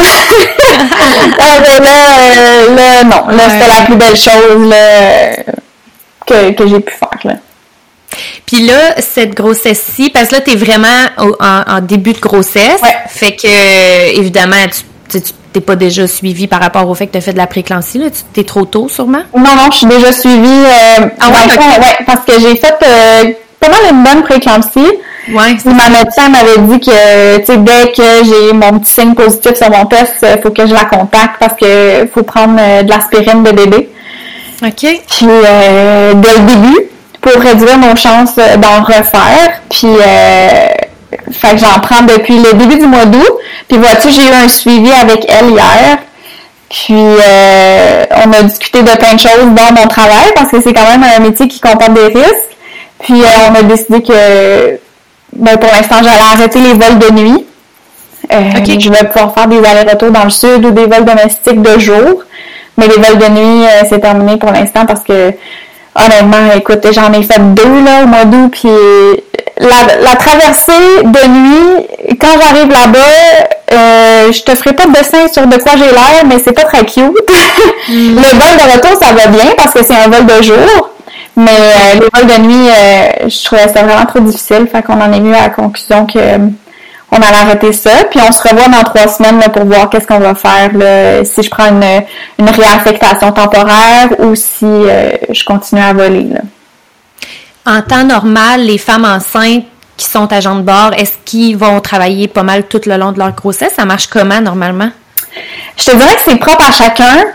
Non, c'était la plus belle chose, là, que j'ai pu faire, là. Puis là, cette grossesse-ci, parce que là, t'es vraiment en début de grossesse. Ouais. Fait que, évidemment, tu t'es pas déjà suivi par rapport au fait que tu as fait de la prééclampsie, là. T'es trop tôt, sûrement? Non, je suis déjà suivie. Parce que j'ai fait pas mal une bonne prééclampsie. Ouais. Ma médecin m'avait dit que, tu sais, dès que j'ai mon petit signe positif sur mon test, il faut que je la contacte parce que faut prendre de l'aspirine de bébé. OK. Puis, dès le début, pour réduire nos chances d'en refaire. Puis, fait que j'en prends depuis le début du mois d'août. Puis, vois-tu, j'ai eu un suivi avec elle hier. Puis, on a discuté de plein de choses dans mon travail parce que c'est quand même un métier qui comporte des risques. Puis, on a décidé que, pour l'instant, j'allais arrêter les vols de nuit. Okay. Je vais pouvoir faire des allers-retours dans le sud ou des vols domestiques de jour. Mais les vols de nuit, c'est terminé pour l'instant parce que, honnêtement, écoute, j'en ai fait 2 là, au mois d'août. Puis, la traversée de nuit, quand j'arrive là-bas, je te ferai pas de dessin sur de quoi j'ai l'air, mais c'est pas très cute. Le vol de retour, ça va bien parce que c'est un vol de jour. Mais les vols de nuit, je trouvais ça vraiment trop difficile. Fait qu'on en est venu à la conclusion que on allait arrêter ça. Puis on se revoit dans 3 semaines là, pour voir qu'est-ce qu'on va faire. Là, si je prends une réaffectation temporaire ou si je continue à voler. Là. En temps normal, les femmes enceintes qui sont agents de bord, est-ce qu'ils vont travailler pas mal tout le long de leur grossesse? Ça marche comment normalement? Je te dirais que c'est propre à chacun.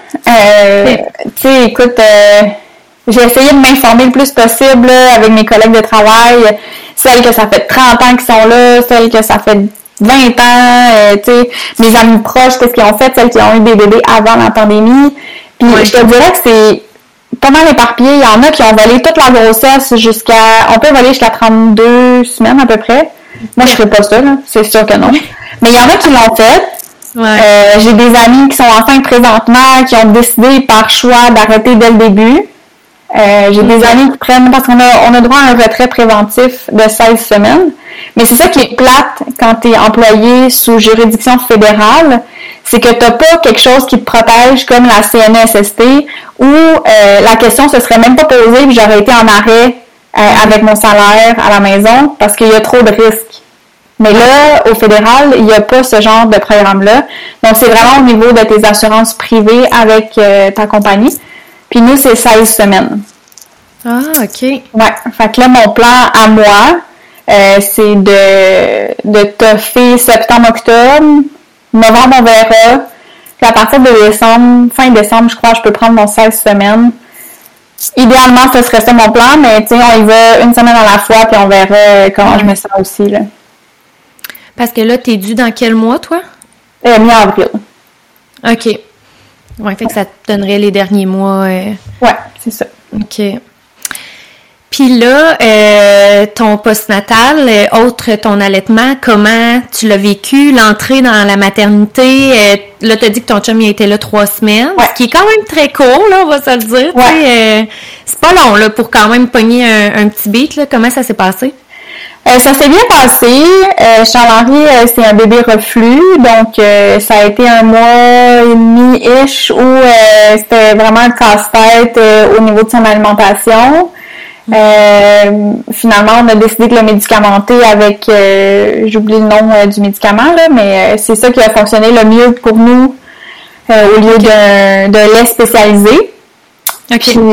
Tu sais, écoute... j'ai essayé de m'informer le plus possible là, avec mes collègues de travail, celles que ça fait 30 ans qui sont là, celles que ça fait 20 ans, tu sais, mes amis proches, qu'est-ce qu'ils ont fait, celles qui ont eu des bébés avant la pandémie. Puis je te dirais que c'est pas mal éparpillé. Il y en a qui ont volé toute la grossesse on peut voler jusqu'à 32 semaines à peu près. Moi, je ferais pas ça, là, c'est sûr que non. Mais il y en a qui l'ont fait. J'ai des amis qui sont enceintes présentement, qui ont décidé par choix d'arrêter dès le début. J'ai des amis qui prennent, parce qu'on a droit à un retrait préventif de 16 semaines. Mais c'est ça qui est plate quand tu es employé sous juridiction fédérale, c'est que tu n'as pas quelque chose qui te protège comme la CNESST, où la question se serait même pas posée puis j'aurais été en arrêt avec mon salaire à la maison parce qu'il y a trop de risques. Mais là, au fédéral, il n'y a pas ce genre de programme-là. Donc, c'est vraiment au niveau de tes assurances privées avec ta compagnie. Puis nous, c'est 16 semaines. Ah, OK. Ouais. Fait que là, mon plan à moi, c'est de toffer septembre-octobre. Novembre, on verra. Puis à partir de décembre, fin décembre, je crois, je peux prendre mon 16 semaines. Idéalement, ce serait ça mon plan, mais tu sais, on y va une semaine à la fois, puis on verra comment je me sens aussi, là. Parce que là, t'es due dans quel mois, toi? Mi-avril. OK. Ouais, fait que ça te donnerait les derniers mois. Ouais, c'est ça. OK. Puis là, ton postnatal, autre ton allaitement, comment tu l'as vécu, l'entrée dans la maternité? Là, t'as dit que ton chum il a été là 3 semaines, ce qui est quand même très court, là, on va se le dire. Ouais. C'est pas long, là, pour quand même pogner un petit beat, là. Comment ça s'est passé? Ça s'est bien passé. Charles-Henri, c'est un bébé reflux, donc ça a été 1 mois et demi-ish où c'était vraiment un casse-tête au niveau de son alimentation. Finalement, on a décidé de le médicamenter avec, j'oublie le nom du médicament, là, mais c'est ça qui a fonctionné le mieux pour nous au lieu de lait spécialisé. Okay. Puis,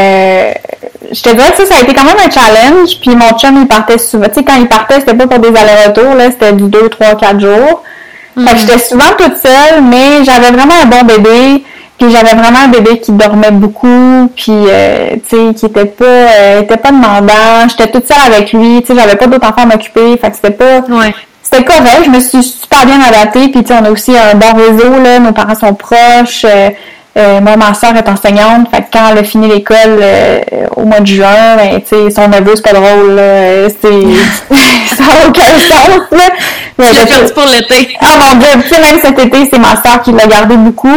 je te dirais que ça a été quand même un challenge. Puis mon chum, il partait souvent. Tu sais, quand il partait, c'était pas pour des allers-retours, là, c'était du 2, 3, 4 jours. Fait que j'étais souvent toute seule, mais j'avais vraiment un bon bébé. Puis j'avais vraiment un bébé qui dormait beaucoup, puis tu sais, qui était pas demandant. J'étais toute seule avec lui, tu sais, j'avais pas d'autres enfants à m'occuper, fait que c'était pas... Ouais. C'était correct, je me suis super bien adaptée, puis tu sais, on a aussi un bon réseau, là, nos parents sont proches. Moi, ma soeur est enseignante, fait que quand elle a fini l'école au mois de juin, ben, tu sais, son neveu, c'est pas drôle, là, ça n'a aucun sens, là. Tu l'as perdu pour l'été. Ah mon Dieu, tu sais, même cet été, c'est ma soeur qui l'a gardé beaucoup.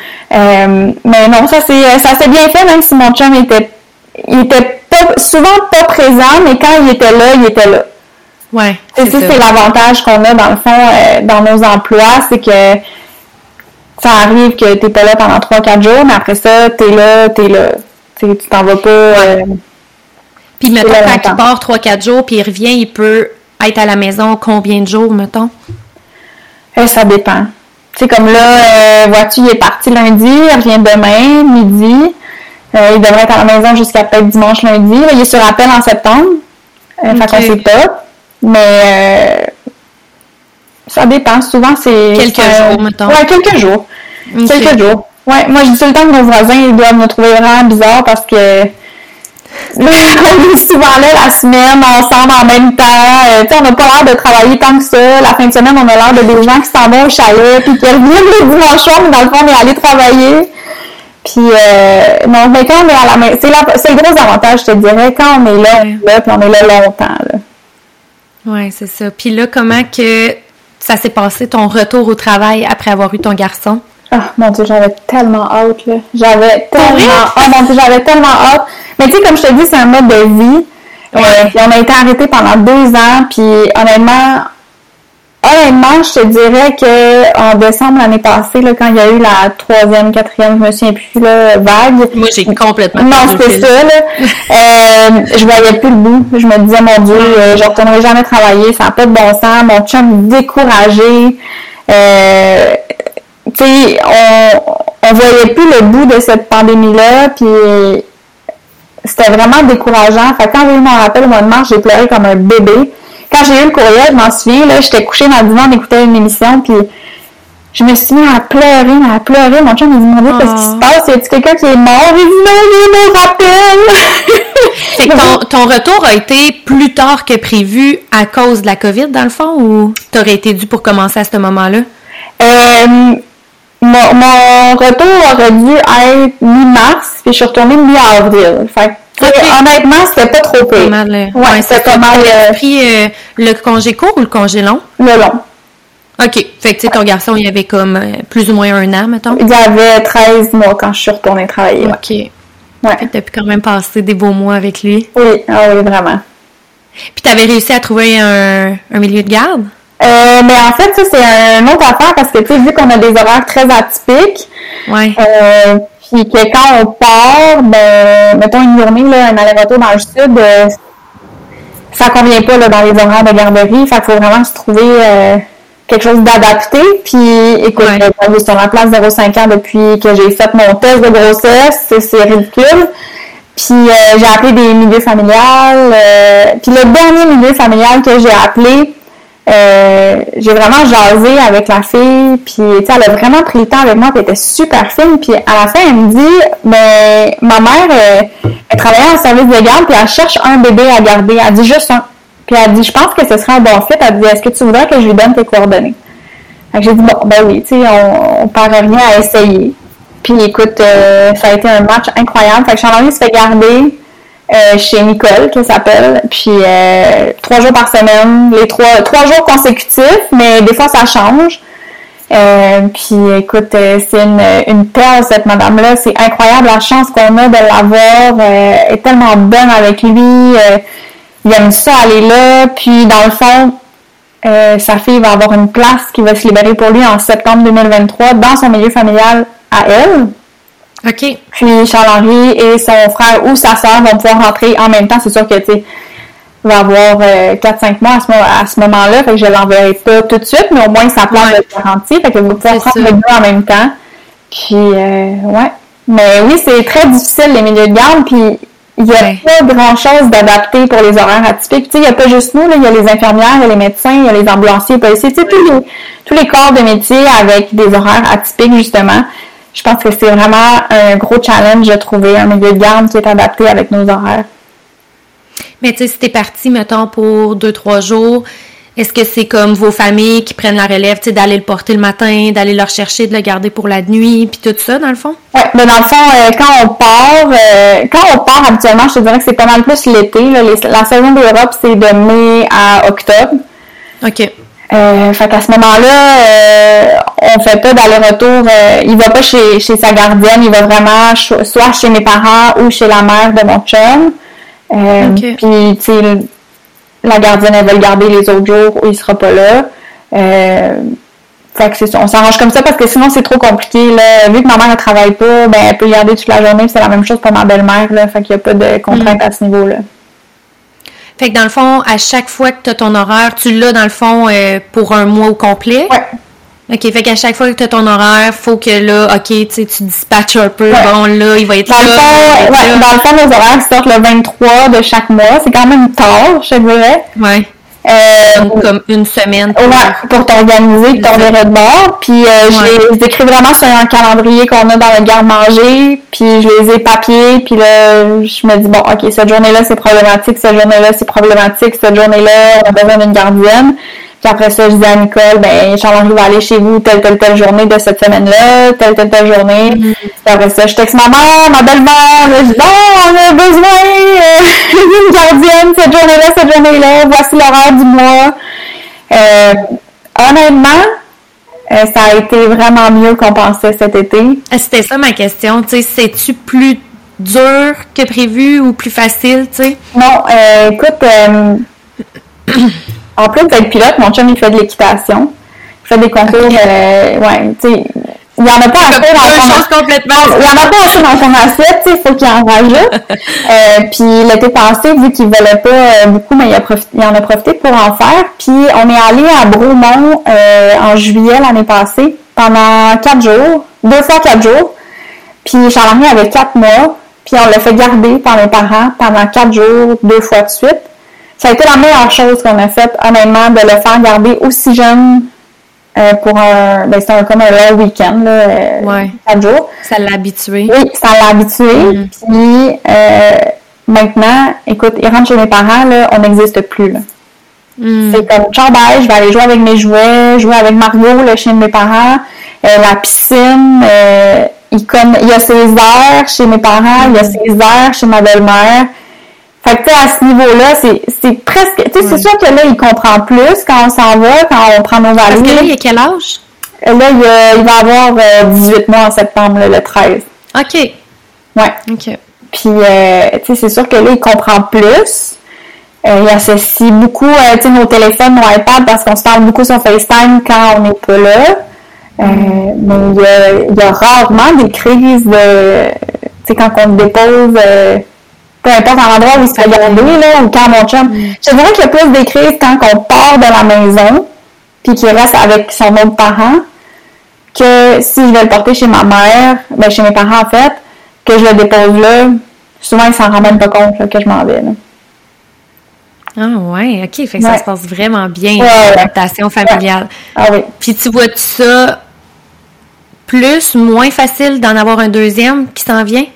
Mais non, ça s'est bien fait, même si mon chum était souvent pas présent, mais quand il était là, il était là. Ouais. C'est l'avantage qu'on a, dans le fond, dans nos emplois, c'est que ça arrive que t'es pas là pendant 3-4 jours, mais après ça, t'es là. Tu t'en vas pas... Puis, mettons, quand il part 3-4 jours, puis il revient, il peut être à la maison combien de jours, mettons? Ça dépend. Tu sais, comme là, vois-tu, il est parti lundi, il revient demain, midi. Il devrait être à la maison jusqu'à peut-être dimanche, lundi. Là, il est sur appel en septembre. Fait qu'on sait pas. Mais ça dépend. Souvent, c'est... Quelques jours, mettons. Ouais, quelques jours. Okay. Quelques jours. Ouais, moi, je dis tout le temps que nos voisins, ils doivent me trouver vraiment bizarre parce que on est souvent là la semaine, ensemble, en même temps. Tu sais, on n'a pas l'air de travailler tant que ça. La fin de semaine, on a l'air de des gens qui s'en vont au chalet puis qui reviennent le dimanche soir, mais dans le fond, on est allé travailler. Puis, non, mais quand on est à la maison, c'est le gros avantage, je te dirais, quand on est là, on est là, puis on est là longtemps, là. Ouais, c'est ça. Puis là, comment que ça s'est passé, ton retour au travail après avoir eu ton garçon? Ah, mon Dieu, j'avais tellement hâte, là. J'avais tellement hâte. Mais tu sais, comme je te dis, c'est un mode de vie. Puis on a été arrêtés pendant 2 ans, puis honnêtement, je te dirais que en décembre l'année passée, là, quand il y a eu la 3e, 4e, je me souviens plus, là, vague. Moi, j'ai complètement... Non, c'était ça, là. Je voyais plus le bout. Je me disais, mon Dieu, je retournerai jamais travailler, ça n'a pas de bon sens. Mon chum découragé. Tu sais, on voyait plus le bout de cette pandémie-là, puis c'était vraiment décourageant. Fait que quand j'ai eu mon rappel au mois de mars, j'ai pleuré comme un bébé. Quand j'ai eu le courriel, je m'en souviens, là, j'étais couchée dans le divan, on écoutait une émission, puis je me suis mis à pleurer. Mon chum m'a dit, mon Dieu, qu'est-ce qui se passe? Y a-t-il quelqu'un qui est mort? J'ai dit, non, j'ai mon rappel! Fait que ton retour a été plus tard que prévu à cause de la COVID, dans le fond, ou t'aurais été dû pour commencer à ce moment-là? Mon retour aurait dû être mi-mars, puis je suis retournée mi-avril. Fait que, honnêtement, c'était pas trop pire. Ouais, c'était pas mal. Tu as pris le congé court ou le congé long? Le long. OK. Fait que, tu sais, ton garçon, il avait comme plus ou moins 1 an, mettons? Il avait 13 mois quand je suis retournée travailler. OK. Ouais. Fait que t'as pu quand même passer des beaux mois avec lui. Oui, vraiment. Puis t'avais réussi à trouver un milieu de garde? Mais en fait, ça, c'est une autre affaire parce que, tu sais, vu qu'on a des horaires très atypiques, puis que quand on part, ben, mettons une journée, là, un aller-retour dans le sud, ça convient pas là, dans les horaires de garderie. Fait qu'il faut vraiment se trouver quelque chose d'adapté. Puis, écoute, je suis sur la place 0,5 ans depuis que j'ai fait mon test de grossesse. C'est ridicule. Puis, j'ai appelé des milieux familiales. Puis, le dernier milieu familial que j'ai appelé, j'ai vraiment jasé avec la fille, puis tu sais, elle a vraiment pris le temps avec moi, puis elle était super fine, puis à la fin, elle me dit, mais ma mère, elle travaillait en service de garde, puis elle cherche un bébé à garder, elle dit juste un, puis elle dit, je pense que ce serait un bon fit, elle dit, est-ce que tu voudrais que je lui donne tes coordonnées? Fait que j'ai dit, bon, ben oui, tu sais, on perd rien à essayer. Puis écoute, ça a été un match incroyable, fait que Charles-Henri se fait garder chez Nicole, qui s'appelle, puis 3 jours par semaine, les 3 jours consécutifs, mais des fois ça change. Puis écoute, c'est une perle cette madame-là, c'est incroyable la chance qu'on a de l'avoir, elle est tellement bonne avec lui, il aime ça aller là, puis dans le fond, sa fille va avoir une place qui va se libérer pour lui en septembre 2023 dans son milieu familial à elle. OK. Puis Charles-Henri et son frère ou sa sœur vont pouvoir rentrer en même temps. C'est sûr que, tu sais, il va avoir 4-5 mois à ce moment-là. Fait que je ne l'enverrai pas tout de suite, mais au moins sa place va être garantie. Fait que vous pouvez prendre les deux en même temps. Puis, ouais. Mais oui, c'est très difficile, les milieux de garde. Puis, il n'y a pas grand-chose d'adapté pour les horaires atypiques. Tu sais, il n'y a pas juste nous, là. Il y a les infirmières, il y a les médecins, il y a les ambulanciers, les policiers. Tu sais, tous les corps de métier avec des horaires atypiques, justement. Je pense que c'est vraiment un gros challenge de trouver un milieu de garde qui est adapté avec nos horaires. Mais tu sais, si t'es parti, mettons, pour 2-3 jours, est-ce que c'est comme vos familles qui prennent la relève, tu sais, d'aller le porter le matin, d'aller le rechercher, de le garder pour la nuit, puis tout ça, dans le fond? Oui, mais dans le fond, quand on part habituellement, je te dirais que c'est pas mal plus l'été. Là, la saison d'Europe, c'est de mai à octobre. OK. Fait qu'à ce moment-là, on fait pas d'aller-retour. Il va pas chez sa gardienne, il va vraiment soit chez mes parents ou chez la mère de mon chum. Puis, tu sais, la gardienne, elle va le garder les autres jours où il sera pas là. Fait que c'est ça. On s'arrange comme ça parce que sinon, c'est trop compliqué, là. Vu que ma mère, elle travaille pas, ben, elle peut le garder toute la journée. C'est la même chose pour ma belle-mère, là. Fait qu'il y a pas de contraintes à ce niveau-là. Fait que dans le fond, à chaque fois que tu as ton horaire, tu l'as dans le fond pour un mois au complet? Ouais. OK, fait qu'à chaque fois que tu as ton horaire, faut que là, OK, tu sais, tu dispatches un peu. Bon, là, il va être dans le fond, nos horaires sortent le 23 de chaque mois. C'est quand même tard, je dirais. Ouais. Donc, comme une semaine. Pour t'organiser et t'enverrer de bord. Puis, je les écris vraiment sur un calendrier qu'on a dans le garde-manger. Puis, je les ai papiers. Puis là, je me dis, bon, OK, cette journée-là, c'est problématique. Cette journée-là, c'est problématique. Cette journée-là, on a besoin d'une gardienne. Puis après ça, je dis à Nicole, ben, Charles-Henri va aller chez vous telle journée de cette semaine-là, telle journée. Puis après ça, je texte ma mère, ma belle-mère, je dis, bon, on a besoin d'une gardienne cette journée-là, voici l'horaire du mois. Honnêtement, ça a été vraiment mieux qu'on pensait cet été. C'était ça ma question, tu sais, c'est-tu plus dur que prévu ou plus facile, tu sais? Non, écoute, en plus d'être pilote, mon chum, il fait de l'équitation. Il fait des concours, tu sais, il y en a pas assez dans son assiette, tu sais, il faut qu'il en rajoute. Puis l'été passé, vu qu'il volait pas beaucoup, mais il en a profité pour en faire. Puis on est allé à Bromont en juillet l'année passée, pendant 4 jours, 2 fois 4 jours. Puis Charles-Henri avait 4 mois, puis on l'a fait garder par mes parents pendant 4 jours, 2 fois de suite. Ça a été la meilleure chose qu'on a faite, honnêtement, de le faire garder aussi jeune pour c'était comme un long week-end, là, 4 jours. Ça l'a habitué. Oui, ça l'a habitué. Puis maintenant, écoute, il rentre chez mes parents, là, on n'existe plus, là. C'est comme, ciao, bye, je vais aller jouer avec mes jouets, jouer avec Margot, le chien de mes parents, la piscine, il y a ses heures chez mes parents, il y a ses heures chez ma belle-mère. Fait que, à ce niveau-là, c'est presque... Tu sais, c'est sûr que là, il comprend plus quand on s'en va, quand on prend nos valises. Parce que là, il a quel âge? Là, il va avoir 18 mois en septembre, là, le 13. OK. Ouais. OK. Puis, tu sais, c'est sûr que là, il comprend plus. Il associe beaucoup, tu sais, nos téléphones, nos iPads, parce qu'on se parle beaucoup sur FaceTime quand on n'est pas là. Mais il y a rarement des crises de... Tu sais, quand on le dépose... peu importe à l'endroit où il se fait garder, là, ou quand mon chum... Je te dirais qu'il y a plus des crises quand on part de la maison, puis qu'il reste avec son autre parent, que si je vais le porter chez ma mère, ben chez mes parents en fait, que je le dépose là, souvent ils s'en rendent même pas compte là, que je m'en vais. Là. Ah ouais, OK. Fait que ça se passe vraiment bien, l'adaptation familiale. Ah oui. Puis tu vois-tu ça plus, moins facile d'en avoir un deuxième qui s'en vient?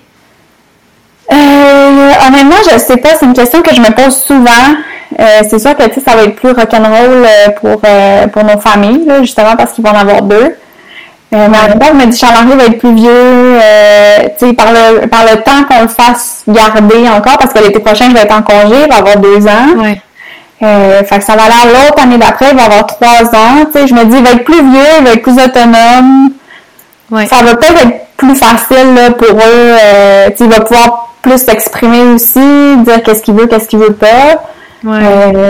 Honnêtement, je sais pas, c'est une question que je me pose souvent. C'est sûr que ça va être plus rock'n'roll pour nos familles, là, justement parce qu'ils vont en avoir deux. Mais en même temps, je me dis Charles-Henri va être plus vieux, par le temps qu'on le fasse garder encore, parce que l'été prochain, je vais être en congé, il va avoir 2 ans. Ouais. Fait que ça va aller à l'autre année d'après, il va avoir 3 ans. Je me dis, il va être plus vieux, il va être plus autonome. Ouais. Ça va peut-être être plus facile là, pour eux. Il va pouvoir plus s'exprimer aussi, dire qu'est-ce qu'il veut pas. Ouais.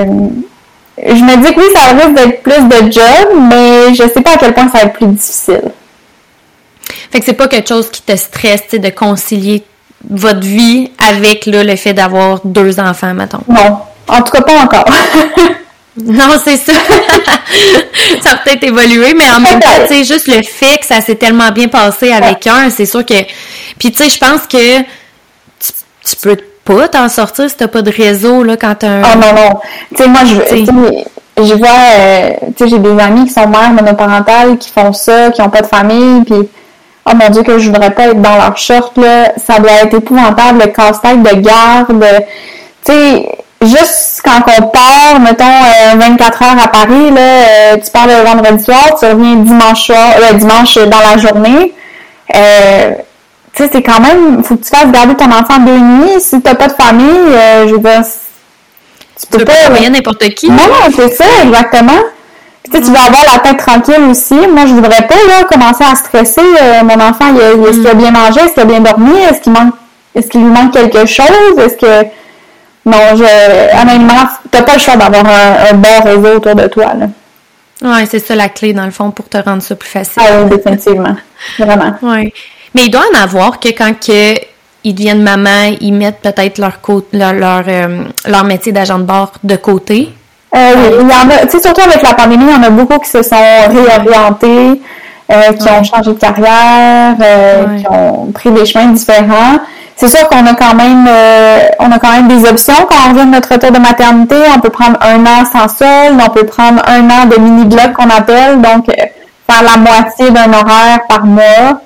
Je me dis que oui, ça risque d'être plus de job, mais je sais pas à quel point ça va être plus difficile. Fait que c'est pas quelque chose qui te stresse, tu sais, de concilier votre vie avec là, le fait d'avoir 2 enfants, mettons. Non. En tout cas, pas encore. Non, c'est ça. Ça a peut-être évolué, mais en même temps, tu sais, juste le fait que ça s'est tellement bien passé avec un, c'est sûr que... Puis, tu sais, je pense que tu peux pas t'en sortir si t'as pas de réseau, là, quand t'as un... Oh non. Tu sais, moi, je vois... tu sais, j'ai des amis qui sont mères monoparentales, qui font ça, qui ont pas de famille, puis... Oh mon Dieu, que je voudrais pas être dans leur short, là. Ça doit être épouvantable, le casse-tête de garde. Tu sais... Juste quand on part, mettons, 24 heures à Paris, là, tu pars le vendredi soir, tu reviens dimanche dans la journée. Tu sais, c'est quand même, faut que tu fasses garder ton enfant 2 nuits. Si t'as pas de famille, je veux dire, tu peux pas envoyer n'importe qui. Non, c'est ça, exactement. Puis, tu vas avoir la tête tranquille aussi. Moi, je voudrais pas, là, commencer à stresser. Mon enfant, est-ce qu'il a bien mangé? Est-ce qu'il a bien dormi? Est-ce qu'il lui manque quelque chose? Est-ce que... Non, honnêtement, t'as pas le choix d'avoir un bon réseau autour de toi, là. Ouais, c'est ça la clé, dans le fond, pour te rendre ça plus facile. Ah oui, définitivement. Vraiment. Ouais. Mais il doit en avoir que quand ils deviennent maman, ils mettent peut-être leur métier d'agent de bord de côté. Oui, il y en a, tu sais, surtout avec la pandémie, il y en a beaucoup qui se sont réorientés, qui ont changé de carrière, qui ont pris des chemins différents. C'est sûr qu'on a quand même des options quand on revient de notre retour de maternité. On peut prendre 1 an sans solde, on peut prendre 1 an de mini-bloc qu'on appelle, donc faire la moitié d'un horaire par mois.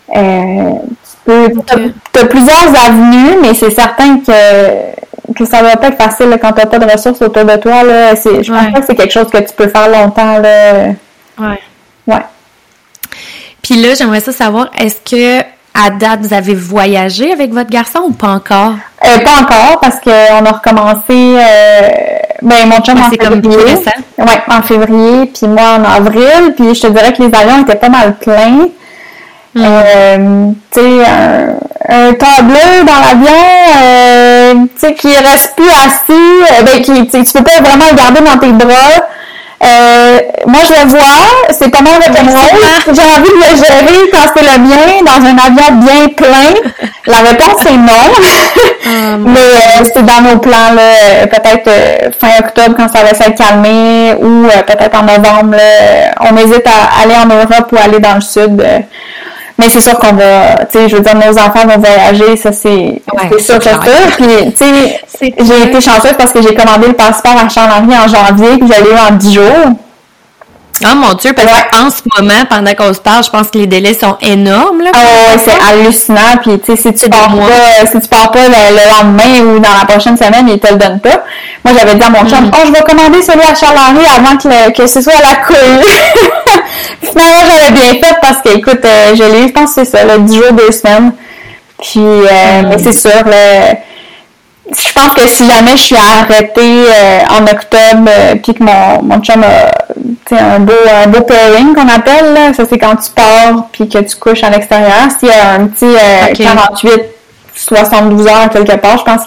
T'as plusieurs avenues, mais c'est certain que ça va pas être facile là, quand t'as pas de ressources autour de toi. Là, je pense pas que c'est quelque chose que tu peux faire longtemps. Là. Ouais. Puis là, j'aimerais savoir, est-ce que à date, vous avez voyagé avec votre garçon ou pas encore? Pas encore, parce qu'on a recommencé... mon chum en février. Ouais, en février, puis moi en avril. Puis je te dirais que les avions étaient pas mal pleins. Tu sais, un toddler dans l'avion, tu sais, qui reste plus assis, tu peux pas vraiment le garder dans tes bras. Moi, je le vois, c'est pas mal rock'n'roll. J'ai envie de le gérer quand c'est le mien, dans un avion bien plein. La réponse est non. Mais c'est dans nos plans, là, peut-être fin octobre quand ça va s'être calmé, ou peut-être en novembre. Là, on hésite à aller en Europe ou aller dans le sud. Mais c'est sûr qu'on va, tu sais, je veux dire, nos enfants vont voyager, ça c'est sûr. Puis, tu sais, j'ai été chanceuse parce que j'ai commandé le passeport à Charles-Henri en janvier, puis je l'ai eu en 10 jours. Oh mon Dieu, parce qu'en ce moment, pendant qu'on se parle, je pense que les délais sont énormes, là. C'est hallucinant, puis tu sais, si tu pars pas le lendemain ou dans la prochaine semaine, ils te le donnent pas. Moi, j'avais dit à mon chum, je vais commander celui à Charles-Henri avant que ce soit à la colle. Finalement, j'avais bien fait parce que, écoute, je l'ai eu, je pense que c'est ça, 10 jours, 2 semaines. Puis, mais c'est sûr, je pense que si jamais je suis arrêtée en octobre, puis que mon chum a un beau pairing qu'on appelle, là, ça c'est quand tu pars puis que tu couches à l'extérieur. S'il y a un petit 48-72 heures quelque part, je pense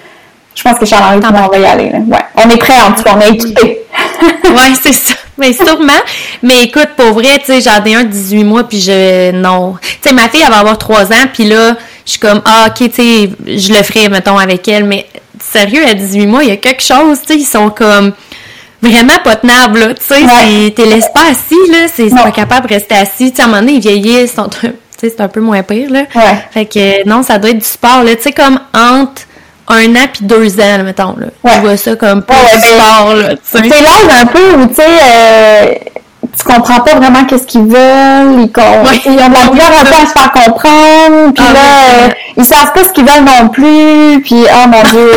que Charles-Henri on va y aller. Là. Ouais. On est prêts, en tout cas, on est équipés. Ouais, c'est ça. Mais sûrement. Mais écoute, pour vrai, tu sais, j'en ai un de 18 mois, puis non. Tu sais, ma fille, elle va avoir 3 ans, puis là, je suis comme, ok, tu sais, je le ferai, mettons, avec elle. Mais sérieux, à 18 mois, il y a quelque chose, tu sais, ils sont comme vraiment pas tenables, là. Tu sais, t'es laisses pas assis, là. C'est pas capable de rester assis. Tu sais, à un moment donné, ils vieillissent, c'est un peu moins pire, là. Ouais. Fait que, non, ça doit être du sport, là. Tu sais, comme entre 1 an puis 2 ans, là, mettons, là. Ouais. Je vois ça comme pas du sport, là. C'est l'âge un peu où, tu sais, tu comprends pas vraiment qu'est-ce qu'ils veulent, ils ont de la misère un peu à se faire comprendre, puis ils savent pas ce qu'ils veulent non plus, puis oh mon Dieu,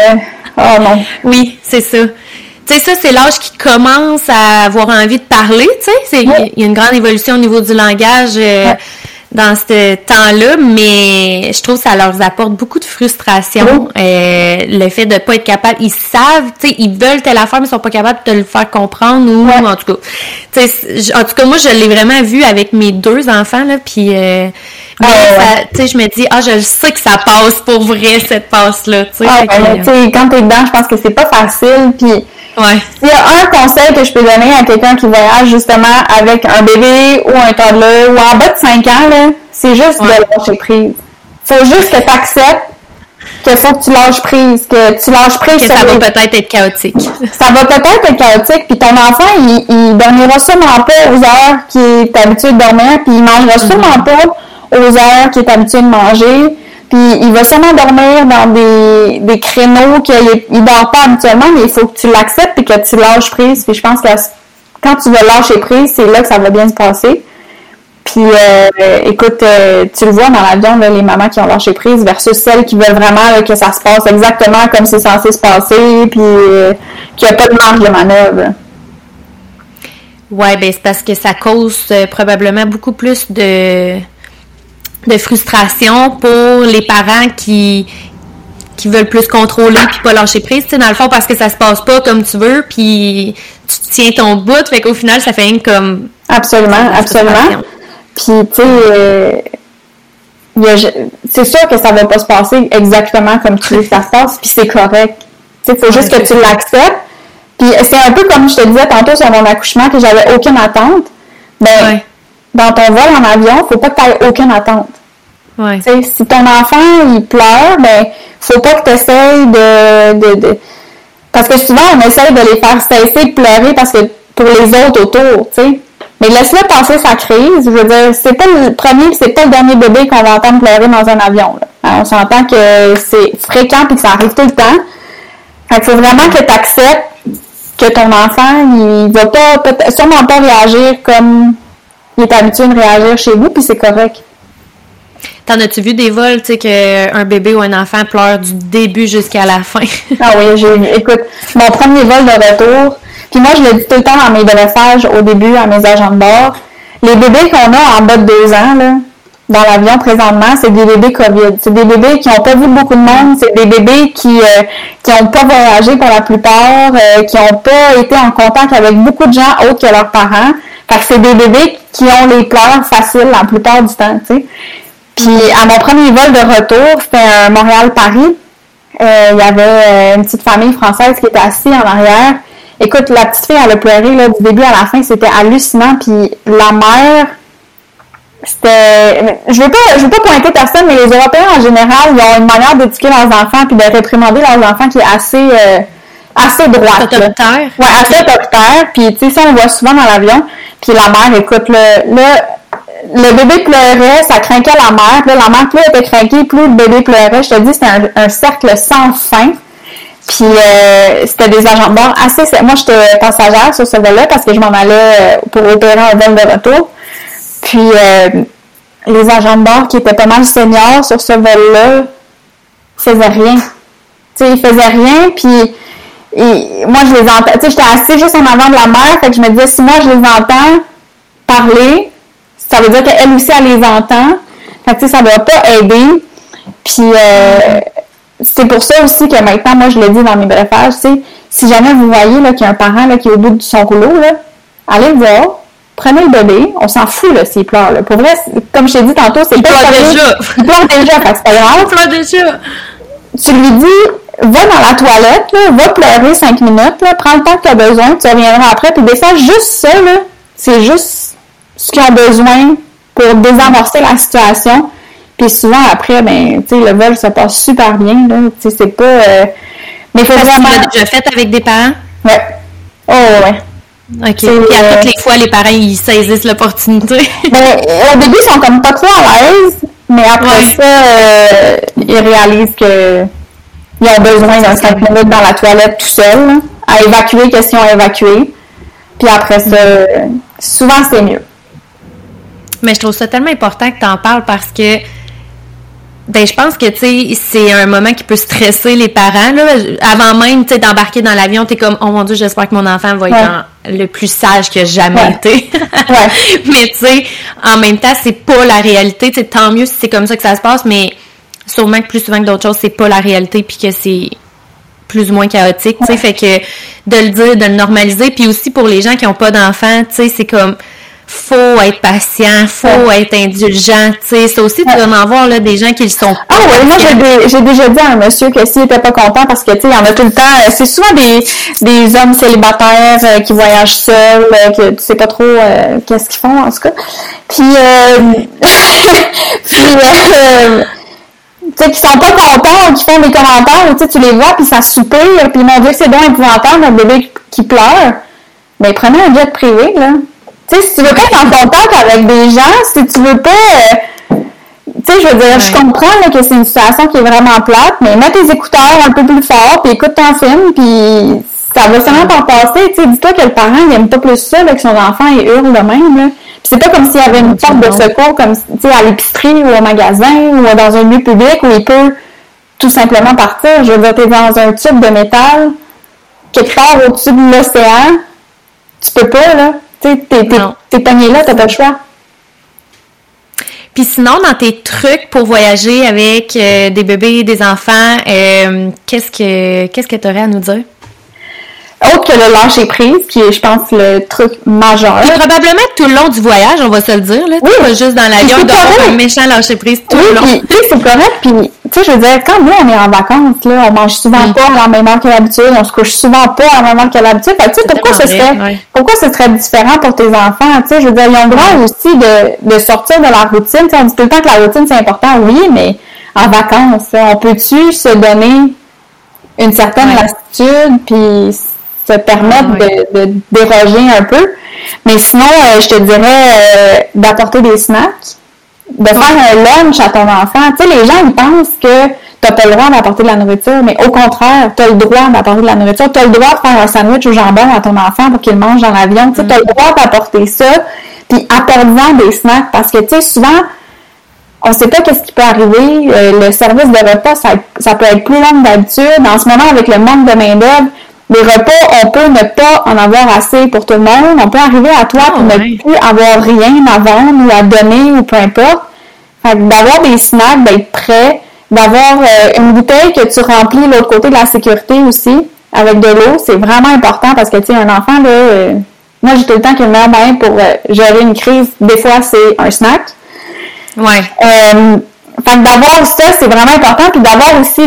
oh non. Oui, c'est ça. Tu sais, ça, c'est l'âge qui commence à avoir envie de parler, tu sais. Il y a une grande évolution au niveau du langage dans ce temps-là, mais je trouve que ça leur apporte beaucoup de frustration. Le fait de pas être capable, ils savent, tu sais, ils veulent telle affaire, mais ils sont pas capables de te le faire comprendre, ou en tout cas. Tu sais, moi, je l'ai vraiment vu avec mes 2 enfants, là, puis tu sais, je me dis, je sais que ça passe pour vrai, cette passe-là, tu sais. Tu sais, quand t'es dedans, je pense que c'est pas facile, puis il y a un conseil que je peux donner à quelqu'un qui voyage justement avec un bébé ou un toddler ou en bas de 5 ans, là, c'est juste de lâcher prise. Faut juste que tu acceptes qu'il faut que tu lâches prise, que ça va peut-être être chaotique. Ça va peut-être être chaotique, puis ton enfant, il dormira sûrement pas aux heures qu'il est habitué de dormir, puis il mangera sûrement pas aux heures qu'il est habitué de manger. Puis il va sûrement dormir dans des créneaux qu'il dort pas habituellement, mais il faut que tu l'acceptes et que tu lâches prise. Puis je pense que quand tu vas lâcher prise, c'est là que ça va bien se passer. Puis écoute, tu le vois dans l'avion, là, les mamans qui ont lâché prise versus celles qui veulent vraiment là, que ça se passe exactement comme c'est censé se passer, puis qu'il n'y a pas de marge de manœuvre. Ouais, ben c'est parce que ça cause probablement beaucoup plus de frustration pour les parents qui veulent plus contrôler puis pas lâcher prise, tu sais, dans le fond, parce que ça se passe pas comme tu veux, puis tu tiens ton bout, fait qu'au final, ça fait une comme... Absolument. Puis, tu sais, c'est sûr que ça va pas se passer exactement comme tu veux que ça se passe, puis c'est correct. Tu sais, faut juste que tu l'acceptes. Puis c'est un peu comme je te disais tantôt sur mon accouchement, que j'avais aucune attente. Ben, dans ton vol en avion, faut pas que tu aies aucune attente. T'sais, si ton enfant il pleure, ben faut pas que tu essayes de parce que souvent on essaye de les faire cesser de pleurer parce que pour les autres autour, tu sais. Mais laisse-le passer sa crise. Je veux dire, c'est pas le premier, c'est pas le dernier bébé qu'on va entendre pleurer dans un avion. Là. Alors, on s'entend que c'est fréquent et que ça arrive tout le temps. Fait qu'il faut vraiment que tu acceptes que ton enfant, il va pas sûrement pas réagir comme il est habitué de réagir chez vous, puis c'est correct. T'en as-tu vu des vols, tu sais, qu'un bébé ou un enfant pleure du début jusqu'à la fin? Ah oui, j'ai vu. Écoute, mon premier vol de retour, puis moi, je le dis tout le temps dans mes dressages au début à mes agents de bord, les bébés qu'on a en bas de 2 ans, là, dans l'avion présentement, c'est des bébés COVID. C'est des bébés qui n'ont pas vu beaucoup de monde, c'est des bébés qui n'ont pas voyagé pour la plupart, qui n'ont pas été en contact avec beaucoup de gens autres que leurs parents. Fait que c'est des bébés qui ont les pleurs faciles la plupart du temps, tu sais. Puis à mon premier vol de retour, c'était un Montréal-Paris. Il y avait une petite famille française qui était assise en arrière. Écoute, la petite fille, elle a pleuré là, du début à la fin, c'était hallucinant. Puis la mère, c'était... Je veux pas pointer personne, mais les Européens en général, ils ont une manière d'éduquer leurs enfants puis de réprimander leurs enfants qui est assez droite. Autoritaire. Ouais, assez autoritaire. Puis tu sais, ça on le voit souvent dans l'avion. Puis la mère, écoute, le bébé pleurait, ça craquait la mère. Puis là, la mère, plus elle était craquée, plus le bébé pleurait. Je te dis, c'était un cercle sans fin. Puis c'était des agents de bord assez... Moi, j'étais passagère sur ce vol-là parce que je m'en allais pour opérer un vol de retour. Puis les agents de bord qui étaient pas mal seniors sur ce vol-là faisaient rien. Tu sais, ils faisaient rien, puis moi, je les entends... Tu sais, j'étais assise juste en avant de la mère, fait que je me disais, si moi, je les entends parler, ça veut dire qu'elle aussi, elle les entend. Fait que, tu sais, ça ne doit pas aider. Puis c'est pour ça aussi que maintenant, moi, je le dis dans mes briefages, tu sais, si jamais vous voyez là, qu'il y a un parent là, qui est au bout de son rouleau, là, allez le voir, prenez le bébé, on s'en fout là, s'il pleure. Là. Pour vrai, comme je t'ai dit tantôt, c'est il pas pleure déjà. Il pleure déjà, fait que c'est pas grave. Il pleure déjà. Tu lui dis, va dans la toilette, là, va pleurer 5 minutes, là, prends le temps que tu as besoin, tu reviendras après, puis des fois, juste ça, là, c'est juste ce qu'ils ont besoin pour désamorcer la situation. Puis souvent, après, ben, tu sais, le vol se passe super bien, là, tu sais, c'est pas... mais il faut vraiment... Tu l'as déjà fait avec des parents? Ouais. Oh, ouais. OK. Puis à toutes les fois, les parents, ils saisissent l'opportunité. Ben, au début, ils sont comme pas trop à l'aise, mais après ça, ils réalisent que ils ont besoin d'un 5 minutes dans la toilette tout seul, là, à évacuer qu'est-ce qu'ils ont évacué. Puis après ça, souvent, c'est mieux. Mais je trouve ça tellement important que tu en parles parce que ben je pense que tu sais c'est un moment qui peut stresser les parents là. Avant même tu sais d'embarquer dans l'avion, t'es comme oh mon Dieu, j'espère que mon enfant va être le plus sage que jamais été. Mais tu sais en même temps c'est pas la réalité, tu sais tant mieux si c'est comme ça que ça se passe, mais sûrement que plus souvent que d'autres choses c'est pas la réalité puis que c'est plus ou moins chaotique, tu sais, fait que de le dire, de le normaliser, puis aussi pour les gens qui ont pas d'enfants, tu sais c'est comme faut être patient, faut être indulgent, tu sais. C'est aussi, tu vas en voir, là, des gens qui le sont pas. Ah oui, moi, j'ai déjà dit à un monsieur que s'il était pas content, parce que, tu sais, il y en a tout le temps, c'est souvent des hommes célibataires qui voyagent seuls, que tu sais pas trop qu'est-ce qu'ils font, en tout cas. Puis, tu sais, qui sont pas contents, qui font des commentaires, tu sais, tu les vois, puis ça soupire, puis mon Dieu, c'est donc épouvantable, notre bébé qui pleure. Mais prenez un jet privé, là. Tu sais, si tu veux pas être en contact avec des gens, si tu veux pas... tu sais, je veux dire, je comprends là, que c'est une situation qui est vraiment plate, mais mets tes écouteurs un peu plus fort, puis écoute ton film, puis ça va seulement t'en passer. Tu sais, dis-toi que le parent, il aime pas plus ça, là, que son enfant, il hurle de même, là. Puis c'est pas comme s'il y avait une porte de secours, comme, tu sais, à l'épicerie ou au magasin ou dans un lieu public où il peut tout simplement partir. Je veux dire, t'es dans un tube de métal, quelque part au-dessus de l'océan, tu peux pas, là. Tu sais, t'es pogné là, t'as pas le choix. Puis sinon, dans tes trucs pour voyager avec des bébés et des enfants, qu'est-ce que tu aurais à nous dire? Autre que le lâcher prise, qui est, je pense, le truc majeur. Puis probablement tout le long du voyage, on va se le dire, là. Oui. Pas juste dans l'avion, il doit avoir un méchant lâcher prise tout le long. Puis, tu sais, c'est correct, puis, tu sais, je veux dire, quand nous, on est en vacances, là, on mange souvent pas à la même heure que l'habitude, on se couche souvent pas à la même heure que l'habitude. Fait que, tu sais, pourquoi ce serait différent pour tes enfants, tu sais, je veux dire, ils ont le droit aussi de sortir de la routine. Tu sais, on dit tout le temps que la routine, c'est important, oui, mais en vacances, on peut-tu se donner une certaine lassitude, puis se permettre de déroger un peu. Mais sinon, je te dirais d'apporter des snacks, de faire un lunch à ton enfant. Tu sais, les gens, ils pensent que tu n'as pas le droit d'apporter de la nourriture, mais au contraire, tu as le droit d'apporter de la nourriture. Tu as le droit de faire un sandwich au jambon à ton enfant pour qu'il mange dans l'avion. Tu sais, tu as le droit d'apporter ça, puis apporte-en des snacks, parce que, tu sais, souvent, on ne sait pas qu'est-ce qui peut arriver. Le service de repas, ça peut être plus long que d'habitude. En ce moment, avec le manque de main-d'œuvre, les repas, on peut ne pas en avoir assez pour tout le monde. On peut arriver à toi pour ne plus avoir rien à vendre ou à donner ou peu importe. Fait que d'avoir des snacks, d'être prêt, d'avoir une bouteille que tu remplis de l'autre côté de la sécurité aussi, avec de l'eau, c'est vraiment important parce que, tu sais, un enfant, là, moi, j'ai tout le temps que le meilleur moyen pour gérer une crise, des fois, c'est un snack. Ouais. Fait que d'avoir ça, c'est vraiment important. Puis d'avoir aussi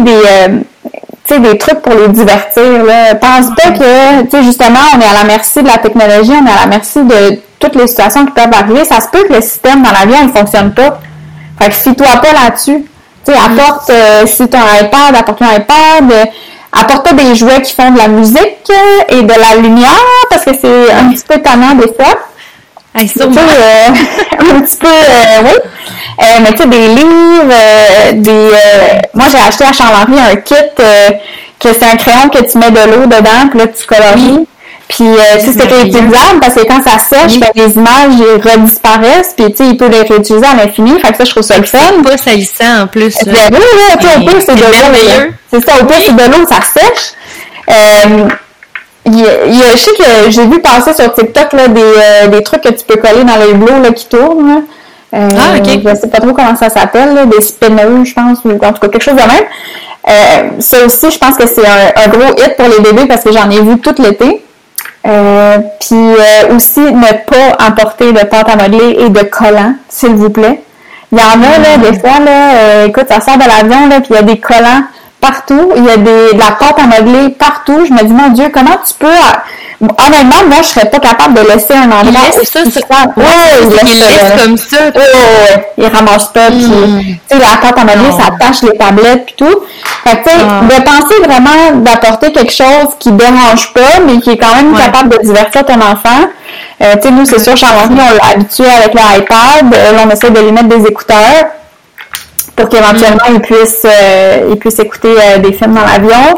des trucs pour les divertir, là. Pense pas que, tu sais, justement, on est à la merci de la technologie, on est à la merci de toutes les situations qui peuvent arriver. Ça se peut que le système dans l'avion, il fonctionne pas. Fait que fie-toi pas là-dessus. Tu sais, apporte, si tu as un iPad, apporte un iPad, apporte des jouets qui font de la musique et de la lumière, parce que c'est un petit peu tannant des fois. Un petit peu, oui. Mais tu sais, des livres, moi, j'ai acheté à Charles-Henri un kit que c'est un crayon que tu mets de l'eau dedans, puis là, tu colories. Puis, c'est réutilisable parce que quand ça sèche, ben, les images redisparaissent, puis tu sais, il peut les réutiliser à l'infini. Fait que ça, je trouve ça le fun. C'est pas salissant en plus. Oui, au pire, c'est de l'eau. C'est ça, au pire, c'est de l'eau, ça sèche. Je sais que j'ai vu passer sur TikTok là, des trucs que tu peux coller dans les hublots là, qui tournent. OK. Je sais pas trop comment ça s'appelle, là, des spinners, je pense, ou en tout cas quelque chose de même. Ça aussi, je pense que c'est un gros hit pour les bébés parce que j'en ai vu tout l'été. Puis aussi, ne pas emporter de pâte à modeler et de collants, s'il vous plaît. Il y en a, là, des fois, là, écoute, ça sort de l'avion, là, puis il y a des collants partout, il y a de la pâte à modeler partout. Je me dis, mon Dieu, comment tu peux... Honnêtement, moi, je serais pas capable de laisser un endroit... Il laisse ça, il laisse comme ça. Il ramasse pas, puis, tu sais, la pâte à modeler, ça attache les tablettes, puis tout. Fait que, tu sais, de penser vraiment d'apporter quelque chose qui dérange pas, mais qui est quand même capable de divertir ton enfant. Tu sais, nous, c'est sûr, Charles-Henri, on l'a habitué avec l'iPad. Là, on essaie de lui mettre des écouteurs pour qu'éventuellement, il puisse écouter des films dans l'avion.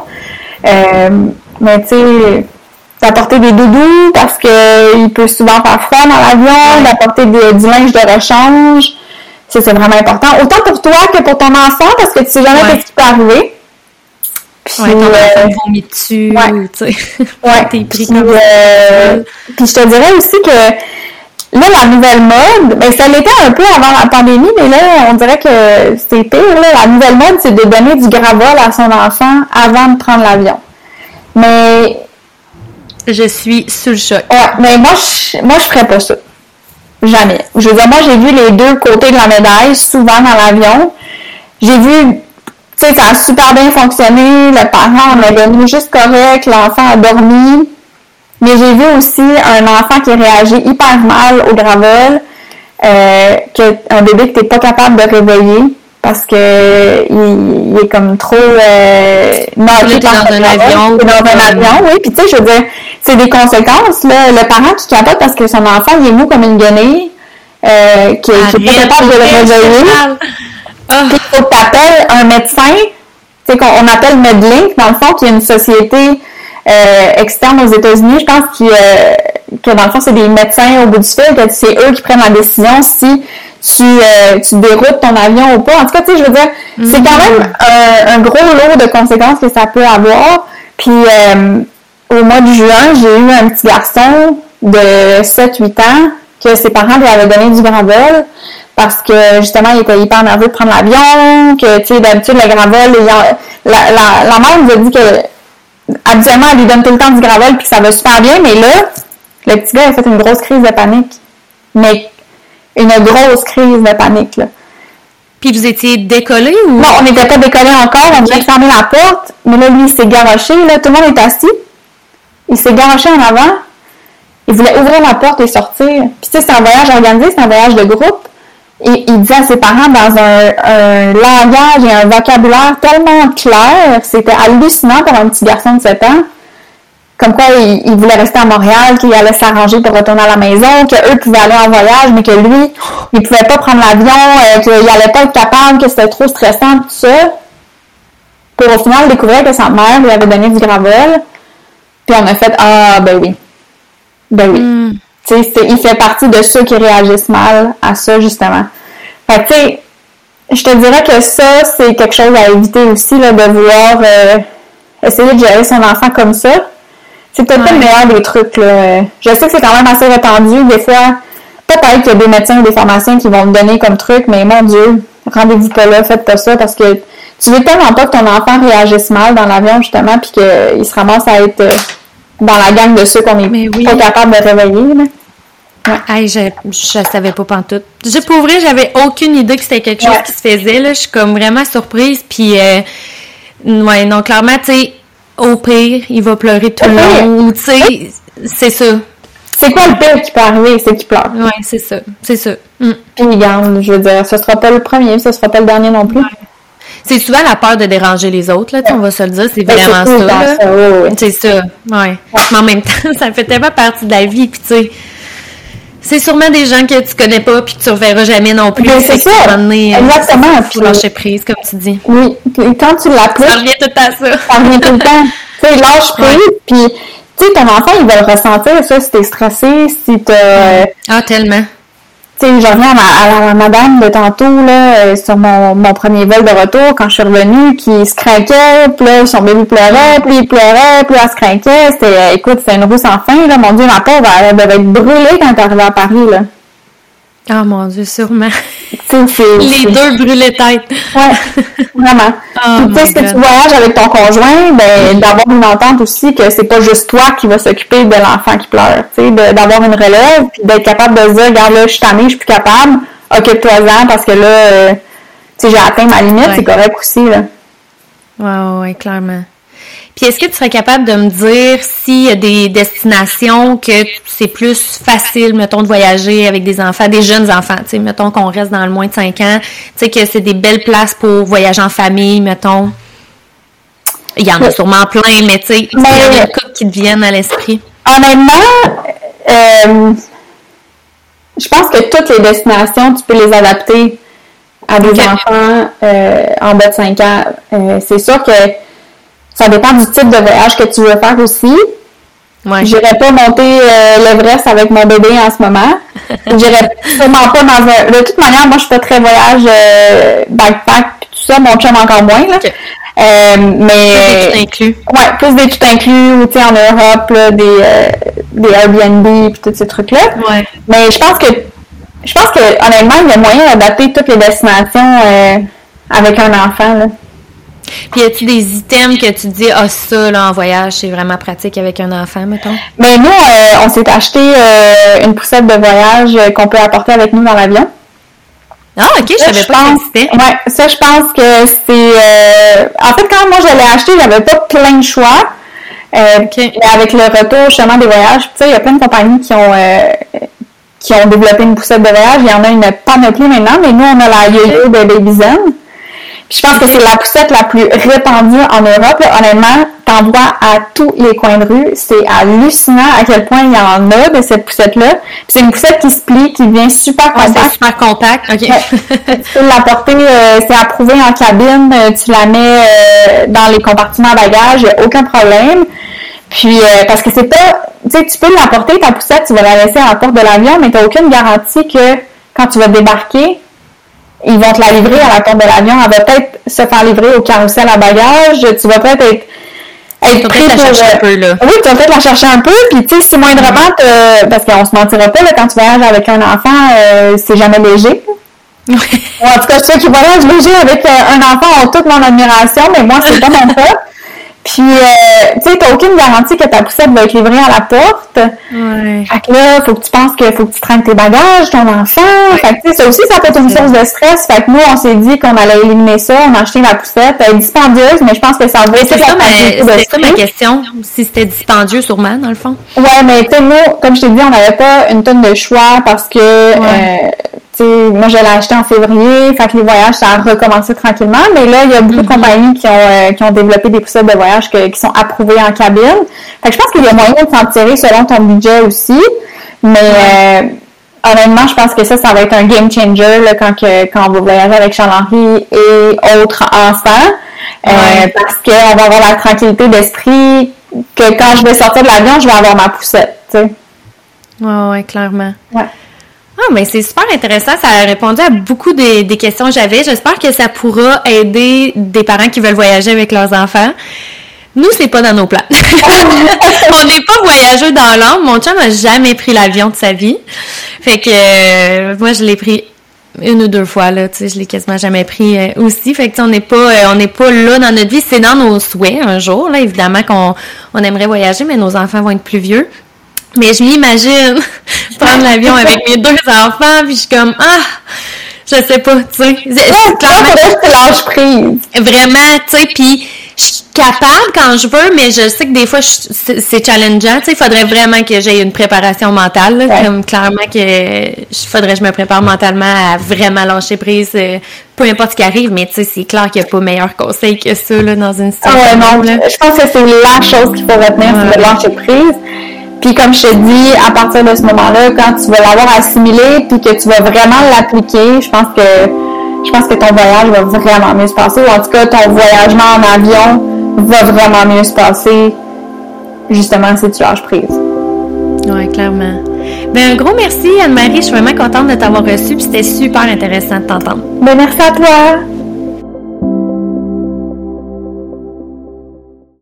Mais, tu sais, d'apporter des doudous parce qu'il peut souvent faire froid dans l'avion, d'apporter du linge de rechange. Ça, c'est vraiment important. Autant pour toi que pour ton enfant, parce que tu sais jamais ce qui peut arriver. Puis, ton enfant vomit dessus, tu sais. T'es pris comme ça. Puis je te dirais aussi que là, la nouvelle mode, ben ça l'était un peu avant la pandémie, mais là, on dirait que c'est pire. Là. La nouvelle mode, c'est de donner du Gravol à son enfant avant de prendre l'avion. Mais... Je suis sous le choc. Ouais, mais moi, je ferais pas ça. Jamais. Je veux dire, moi, j'ai vu les deux côtés de la médaille, souvent dans l'avion. J'ai vu, tu sais, ça a super bien fonctionné, le parent en a donné juste correct, l'enfant a dormi. Mais j'ai vu aussi un enfant qui réagit hyper mal au Gravol, un bébé que t'es pas capable de réveiller parce que il est comme trop knocké dans un avion. Dans un avion, oui. Puis tu sais, je veux dire, c'est des conséquences, là. Le parent qui capote parce que son enfant, il est mou comme une guenille, qui est pas capable de le réveiller. Puis il faut que t'appelles un médecin, tu sais, qu'on appelle Medlink, dans le fond, qui est une société externe aux États-Unis, je pense que dans le fond, c'est des médecins au bout du fil, que c'est eux qui prennent la décision si tu déroutes ton avion ou pas. En tout cas, tu sais, je veux dire, c'est quand même un gros lot de conséquences que ça peut avoir. Puis, au mois de juin, j'ai eu un petit garçon de 7-8 ans que ses parents lui avaient donné du Gravol parce que, justement, il était hyper nerveux de prendre l'avion, que, tu sais, d'habitude, le Gravol, la mère nous a dit que habituellement, elle lui donne tout le temps du Gravol puis que ça va super bien, mais là, le petit gars a fait une grosse crise de panique. Mais une grosse crise de panique, là. Puis vous étiez décollés ou? Non, on n'était pas décollés encore, on venait de fermer la porte, mais là, lui, il s'est garoché, là, tout le monde est assis. Il s'est garoché en avant, il voulait ouvrir la porte et sortir. Puis tu sais, c'est un voyage organisé, c'est un voyage de groupe. Et il disait à ses parents dans un langage et un vocabulaire tellement clair, c'était hallucinant pour un petit garçon de 7 ans. Comme quoi, il voulait rester à Montréal, qu'il allait s'arranger pour retourner à la maison, qu'eux pouvaient aller en voyage, mais que lui, il pouvait pas prendre l'avion, qu'il allait pas être capable, que c'était trop stressant, tout ça. Pour au final découvrir que sa mère lui avait donné du Gravol. Puis on a fait « Ah, ben oui. Ben oui. Tu sais, il fait partie de ceux qui réagissent mal à ça, justement. Fait que, tu sais, je te dirais que ça, c'est quelque chose à éviter aussi, là, de vouloir essayer de gérer son enfant comme ça. C'est peut-être pas le meilleur des trucs, là. Je sais que c'est quand même assez répandu. Des fois, peut-être qu'il y a des médecins ou des pharmaciens qui vont me donner comme truc, mais mon Dieu, rendez-vous pas là, faites pas ça, parce que tu veux tellement pas que ton enfant réagisse mal dans l'avion, justement, puis qu'il se ramasse à être dans la gang de ceux qu'on est pas capable de réveiller, là. Ouais. Hey, je savais pas pantoute. Pour vrai, j'avais aucune idée que c'était quelque chose qui se faisait, là. Je suis comme vraiment surprise, puis non, clairement, tu sais, au pire, il va pleurer tout le long, tu sais, c'est ça. C'est quoi le pire qui peut arriver? C'est qu'il pleure. Oui, c'est ça. Puis, regarde, je veux dire, ce sera pas le premier, ce sera pas le dernier non plus. Ouais. C'est souvent la peur de déranger les autres, là, on va se le dire, c'est vraiment ça, là. C'est ça, ouais. Mais en même temps, ça fait tellement partie de la vie, puis tu sais, c'est sûrement des gens que tu connais pas puis que tu reverras jamais non plus. Mais c'est ça, exactement. Puis lâcher prise, comme tu dis. Oui, et quand tu l'appliques... Ça revient tout à ça. Ça revient tout le temps. Tu sais, lâche prise, puis tu sais, ton enfant, il va le ressentir, ça, si t'es stressé, si t'as... Ah, tellement. Tu sais, je reviens à la madame de tantôt, là, sur mon premier vol de retour, quand je suis revenue, qui se craquait, puis là, son bébé pleurait, puis il pleurait, puis elle se craquait. C'était une roue sans fin, là. Mon Dieu, ma pauvre, elle devait être brûlée quand elle est arrivée à Paris, là. Ah, mon Dieu, sûrement. Les deux brûlés tête. Ouais, vraiment. Puis, tu sais, si tu voyages avec ton conjoint, ben, d'avoir une entente aussi que c'est pas juste toi qui vas s'occuper de l'enfant qui pleure, tu sais, d'avoir une relève, puis d'être capable de se dire, regarde là, je suis tannée, je suis plus capable, occupe-toi-en parce que là, tu sais, j'ai atteint ma limite, c'est correct aussi, là. Ouais, clairement. Puis est-ce que tu serais capable de me dire s'il y a des destinations que c'est plus facile, mettons, de voyager avec des enfants, des jeunes enfants, tu sais, mettons qu'on reste dans le moins de 5 ans, tu sais, que c'est des belles places pour voyager en famille, mettons. Il y en a sûrement plein, mais tu sais, il y en a une couple qui te viennent à l'esprit. Honnêtement, je pense que toutes les destinations, tu peux les adapter à des enfants en bas de 5 ans. C'est sûr que ça dépend du type de voyage que tu veux faire aussi. Ouais. J'irais pas monter l'Everest avec mon bébé en ce moment. J'irais sûrement pas dans un... De toute manière, moi, je suis pas très voyage backpack pis tout ça. Mon chum encore moins, là. Okay. Mais... Plus des tout inclus. Ouais, plus des tout inclus, ou tu sais, en Europe, là, des Airbnb pis tous ces trucs-là. Ouais. Mais je pense que honnêtement, il y a moyen d'adapter toutes les destinations avec un enfant, là. Puis, y a-tu des items que tu dis, ça, là, en voyage, c'est vraiment pratique avec un enfant, mettons? Ben, nous, on s'est acheté une poussette de voyage qu'on peut apporter avec nous dans l'avion. Ah, ok, je savais pas que c'était. Ouais, ça, je pense que c'est... En fait, quand moi, je l'ai acheté, j'avais pas plein de choix. Okay. Mais avec le retour, justement, des voyages, tu sais, il y a plein de compagnies qui ont développé une poussette de voyage. Il y en a une panoplie maintenant, mais nous, on a la Yo-Yo de Babyzen. Puis je pense que c'est la poussette la plus répandue en Europe. Là. Honnêtement, t'en vois à tous les coins de rue. C'est hallucinant à quel point il y en a de cette poussette-là. Puis c'est une poussette qui se plie, qui devient super compacte. C'est super compact, ok. Ouais. Tu peux l'apporter, c'est approuvé en cabine. Tu la mets dans les compartiments à bagages, il n'y a aucun problème. Puis, parce que c'est pas... Tu sais, tu peux l'apporter, ta poussette, tu vas la laisser à la porte de l'avion, mais tu n'as aucune garantie que quand tu vas débarquer, ils vont te la livrer à la porte de l'avion. Elle va peut-être se faire livrer au carrousel à bagages. Tu vas peut-être être pris pour... chercher un peu, là. Oui, tu vas peut-être la chercher un peu. Puis, tu sais, si moindrement, parce qu'on se mentira pas, là, quand tu voyages avec un enfant, c'est jamais léger. En tout cas, ceux qui voyagent léger avec un enfant ont toute mon admiration, mais moi, c'est pas mon cas. Puis, tu sais, t'as aucune garantie que ta poussette va être livrée à la porte. Ouais. Fait que là, faut que tu penses qu'il faut que tu traînes tes bagages, ton enfant. Ouais. Fait que, tu sais, ça aussi, ça peut être une source de stress. Fait que nous, on s'est dit qu'on allait éliminer ça. On a acheté la poussette. Elle est dispendieuse, mais je pense que ça va être c'est ça ma question. Si c'était dispendieux, sûrement, dans le fond. Ouais, mais tu sais, nous, comme je t'ai dit, on n'avait pas une tonne de choix parce que, tu sais, moi, je l'ai acheté en février. Fait que les voyages, ça a recommencé tranquillement. Mais là, il y a beaucoup de compagnies qui ont développé des poussettes de voyage qui sont approuvées en cabine. Fait que je pense qu'il y a moyen de s'en tirer selon ton budget aussi. Mais honnêtement, je pense que ça va être un game changer là, quand on va voyager avec Charles-Henri et autres enfants. Parce qu'on va avoir la tranquillité d'esprit que quand je vais sortir de l'avion, je vais avoir ma poussette, tu sais. Ouais, clairement. Ouais. Ah, mais c'est super intéressant. Ça a répondu à beaucoup des questions que j'avais. J'espère que ça pourra aider des parents qui veulent voyager avec leurs enfants. Nous, c'est pas dans nos plans. On n'est pas voyageux dans l'âme. Mon chum n'a jamais pris l'avion de sa vie. Fait que moi, je l'ai pris 1 ou 2 fois, là. Tu sais, je l'ai quasiment jamais pris aussi. Fait que on n'est pas là dans notre vie. C'est dans nos souhaits un jour, là. Évidemment qu'on aimerait voyager, mais nos enfants vont être plus vieux. Mais je m'imagine prendre l'avion avec mes 2 enfants, puis je suis comme, je sais pas, tu sais. Clairement, que lâche prise. Vraiment, tu sais, puis je suis capable quand je veux, mais je sais que des fois, c'est challengeant, tu sais. Il faudrait vraiment que j'aie une préparation mentale, là, comme clairement faudrait que je me prépare mentalement à vraiment lâcher prise, peu importe ce qui arrive, mais tu sais, c'est clair qu'il n'y a pas meilleur conseil que ça, là, dans une situation. Non, je pense que c'est la chose qu'il faut retenir, c'est de lâcher prise. Puis comme je te dis, à partir de ce moment-là, quand tu vas l'avoir assimilé puis que tu vas vraiment l'appliquer, je pense que ton voyage va vraiment mieux se passer. Ou en tout cas, ton voyagement en avion va vraiment mieux se passer, justement, si tu lâches prise. Oui, clairement. Ben, un gros merci, Anne-Marie. Je suis vraiment contente de t'avoir reçue, puis c'était super intéressant de t'entendre. Ben, merci à toi!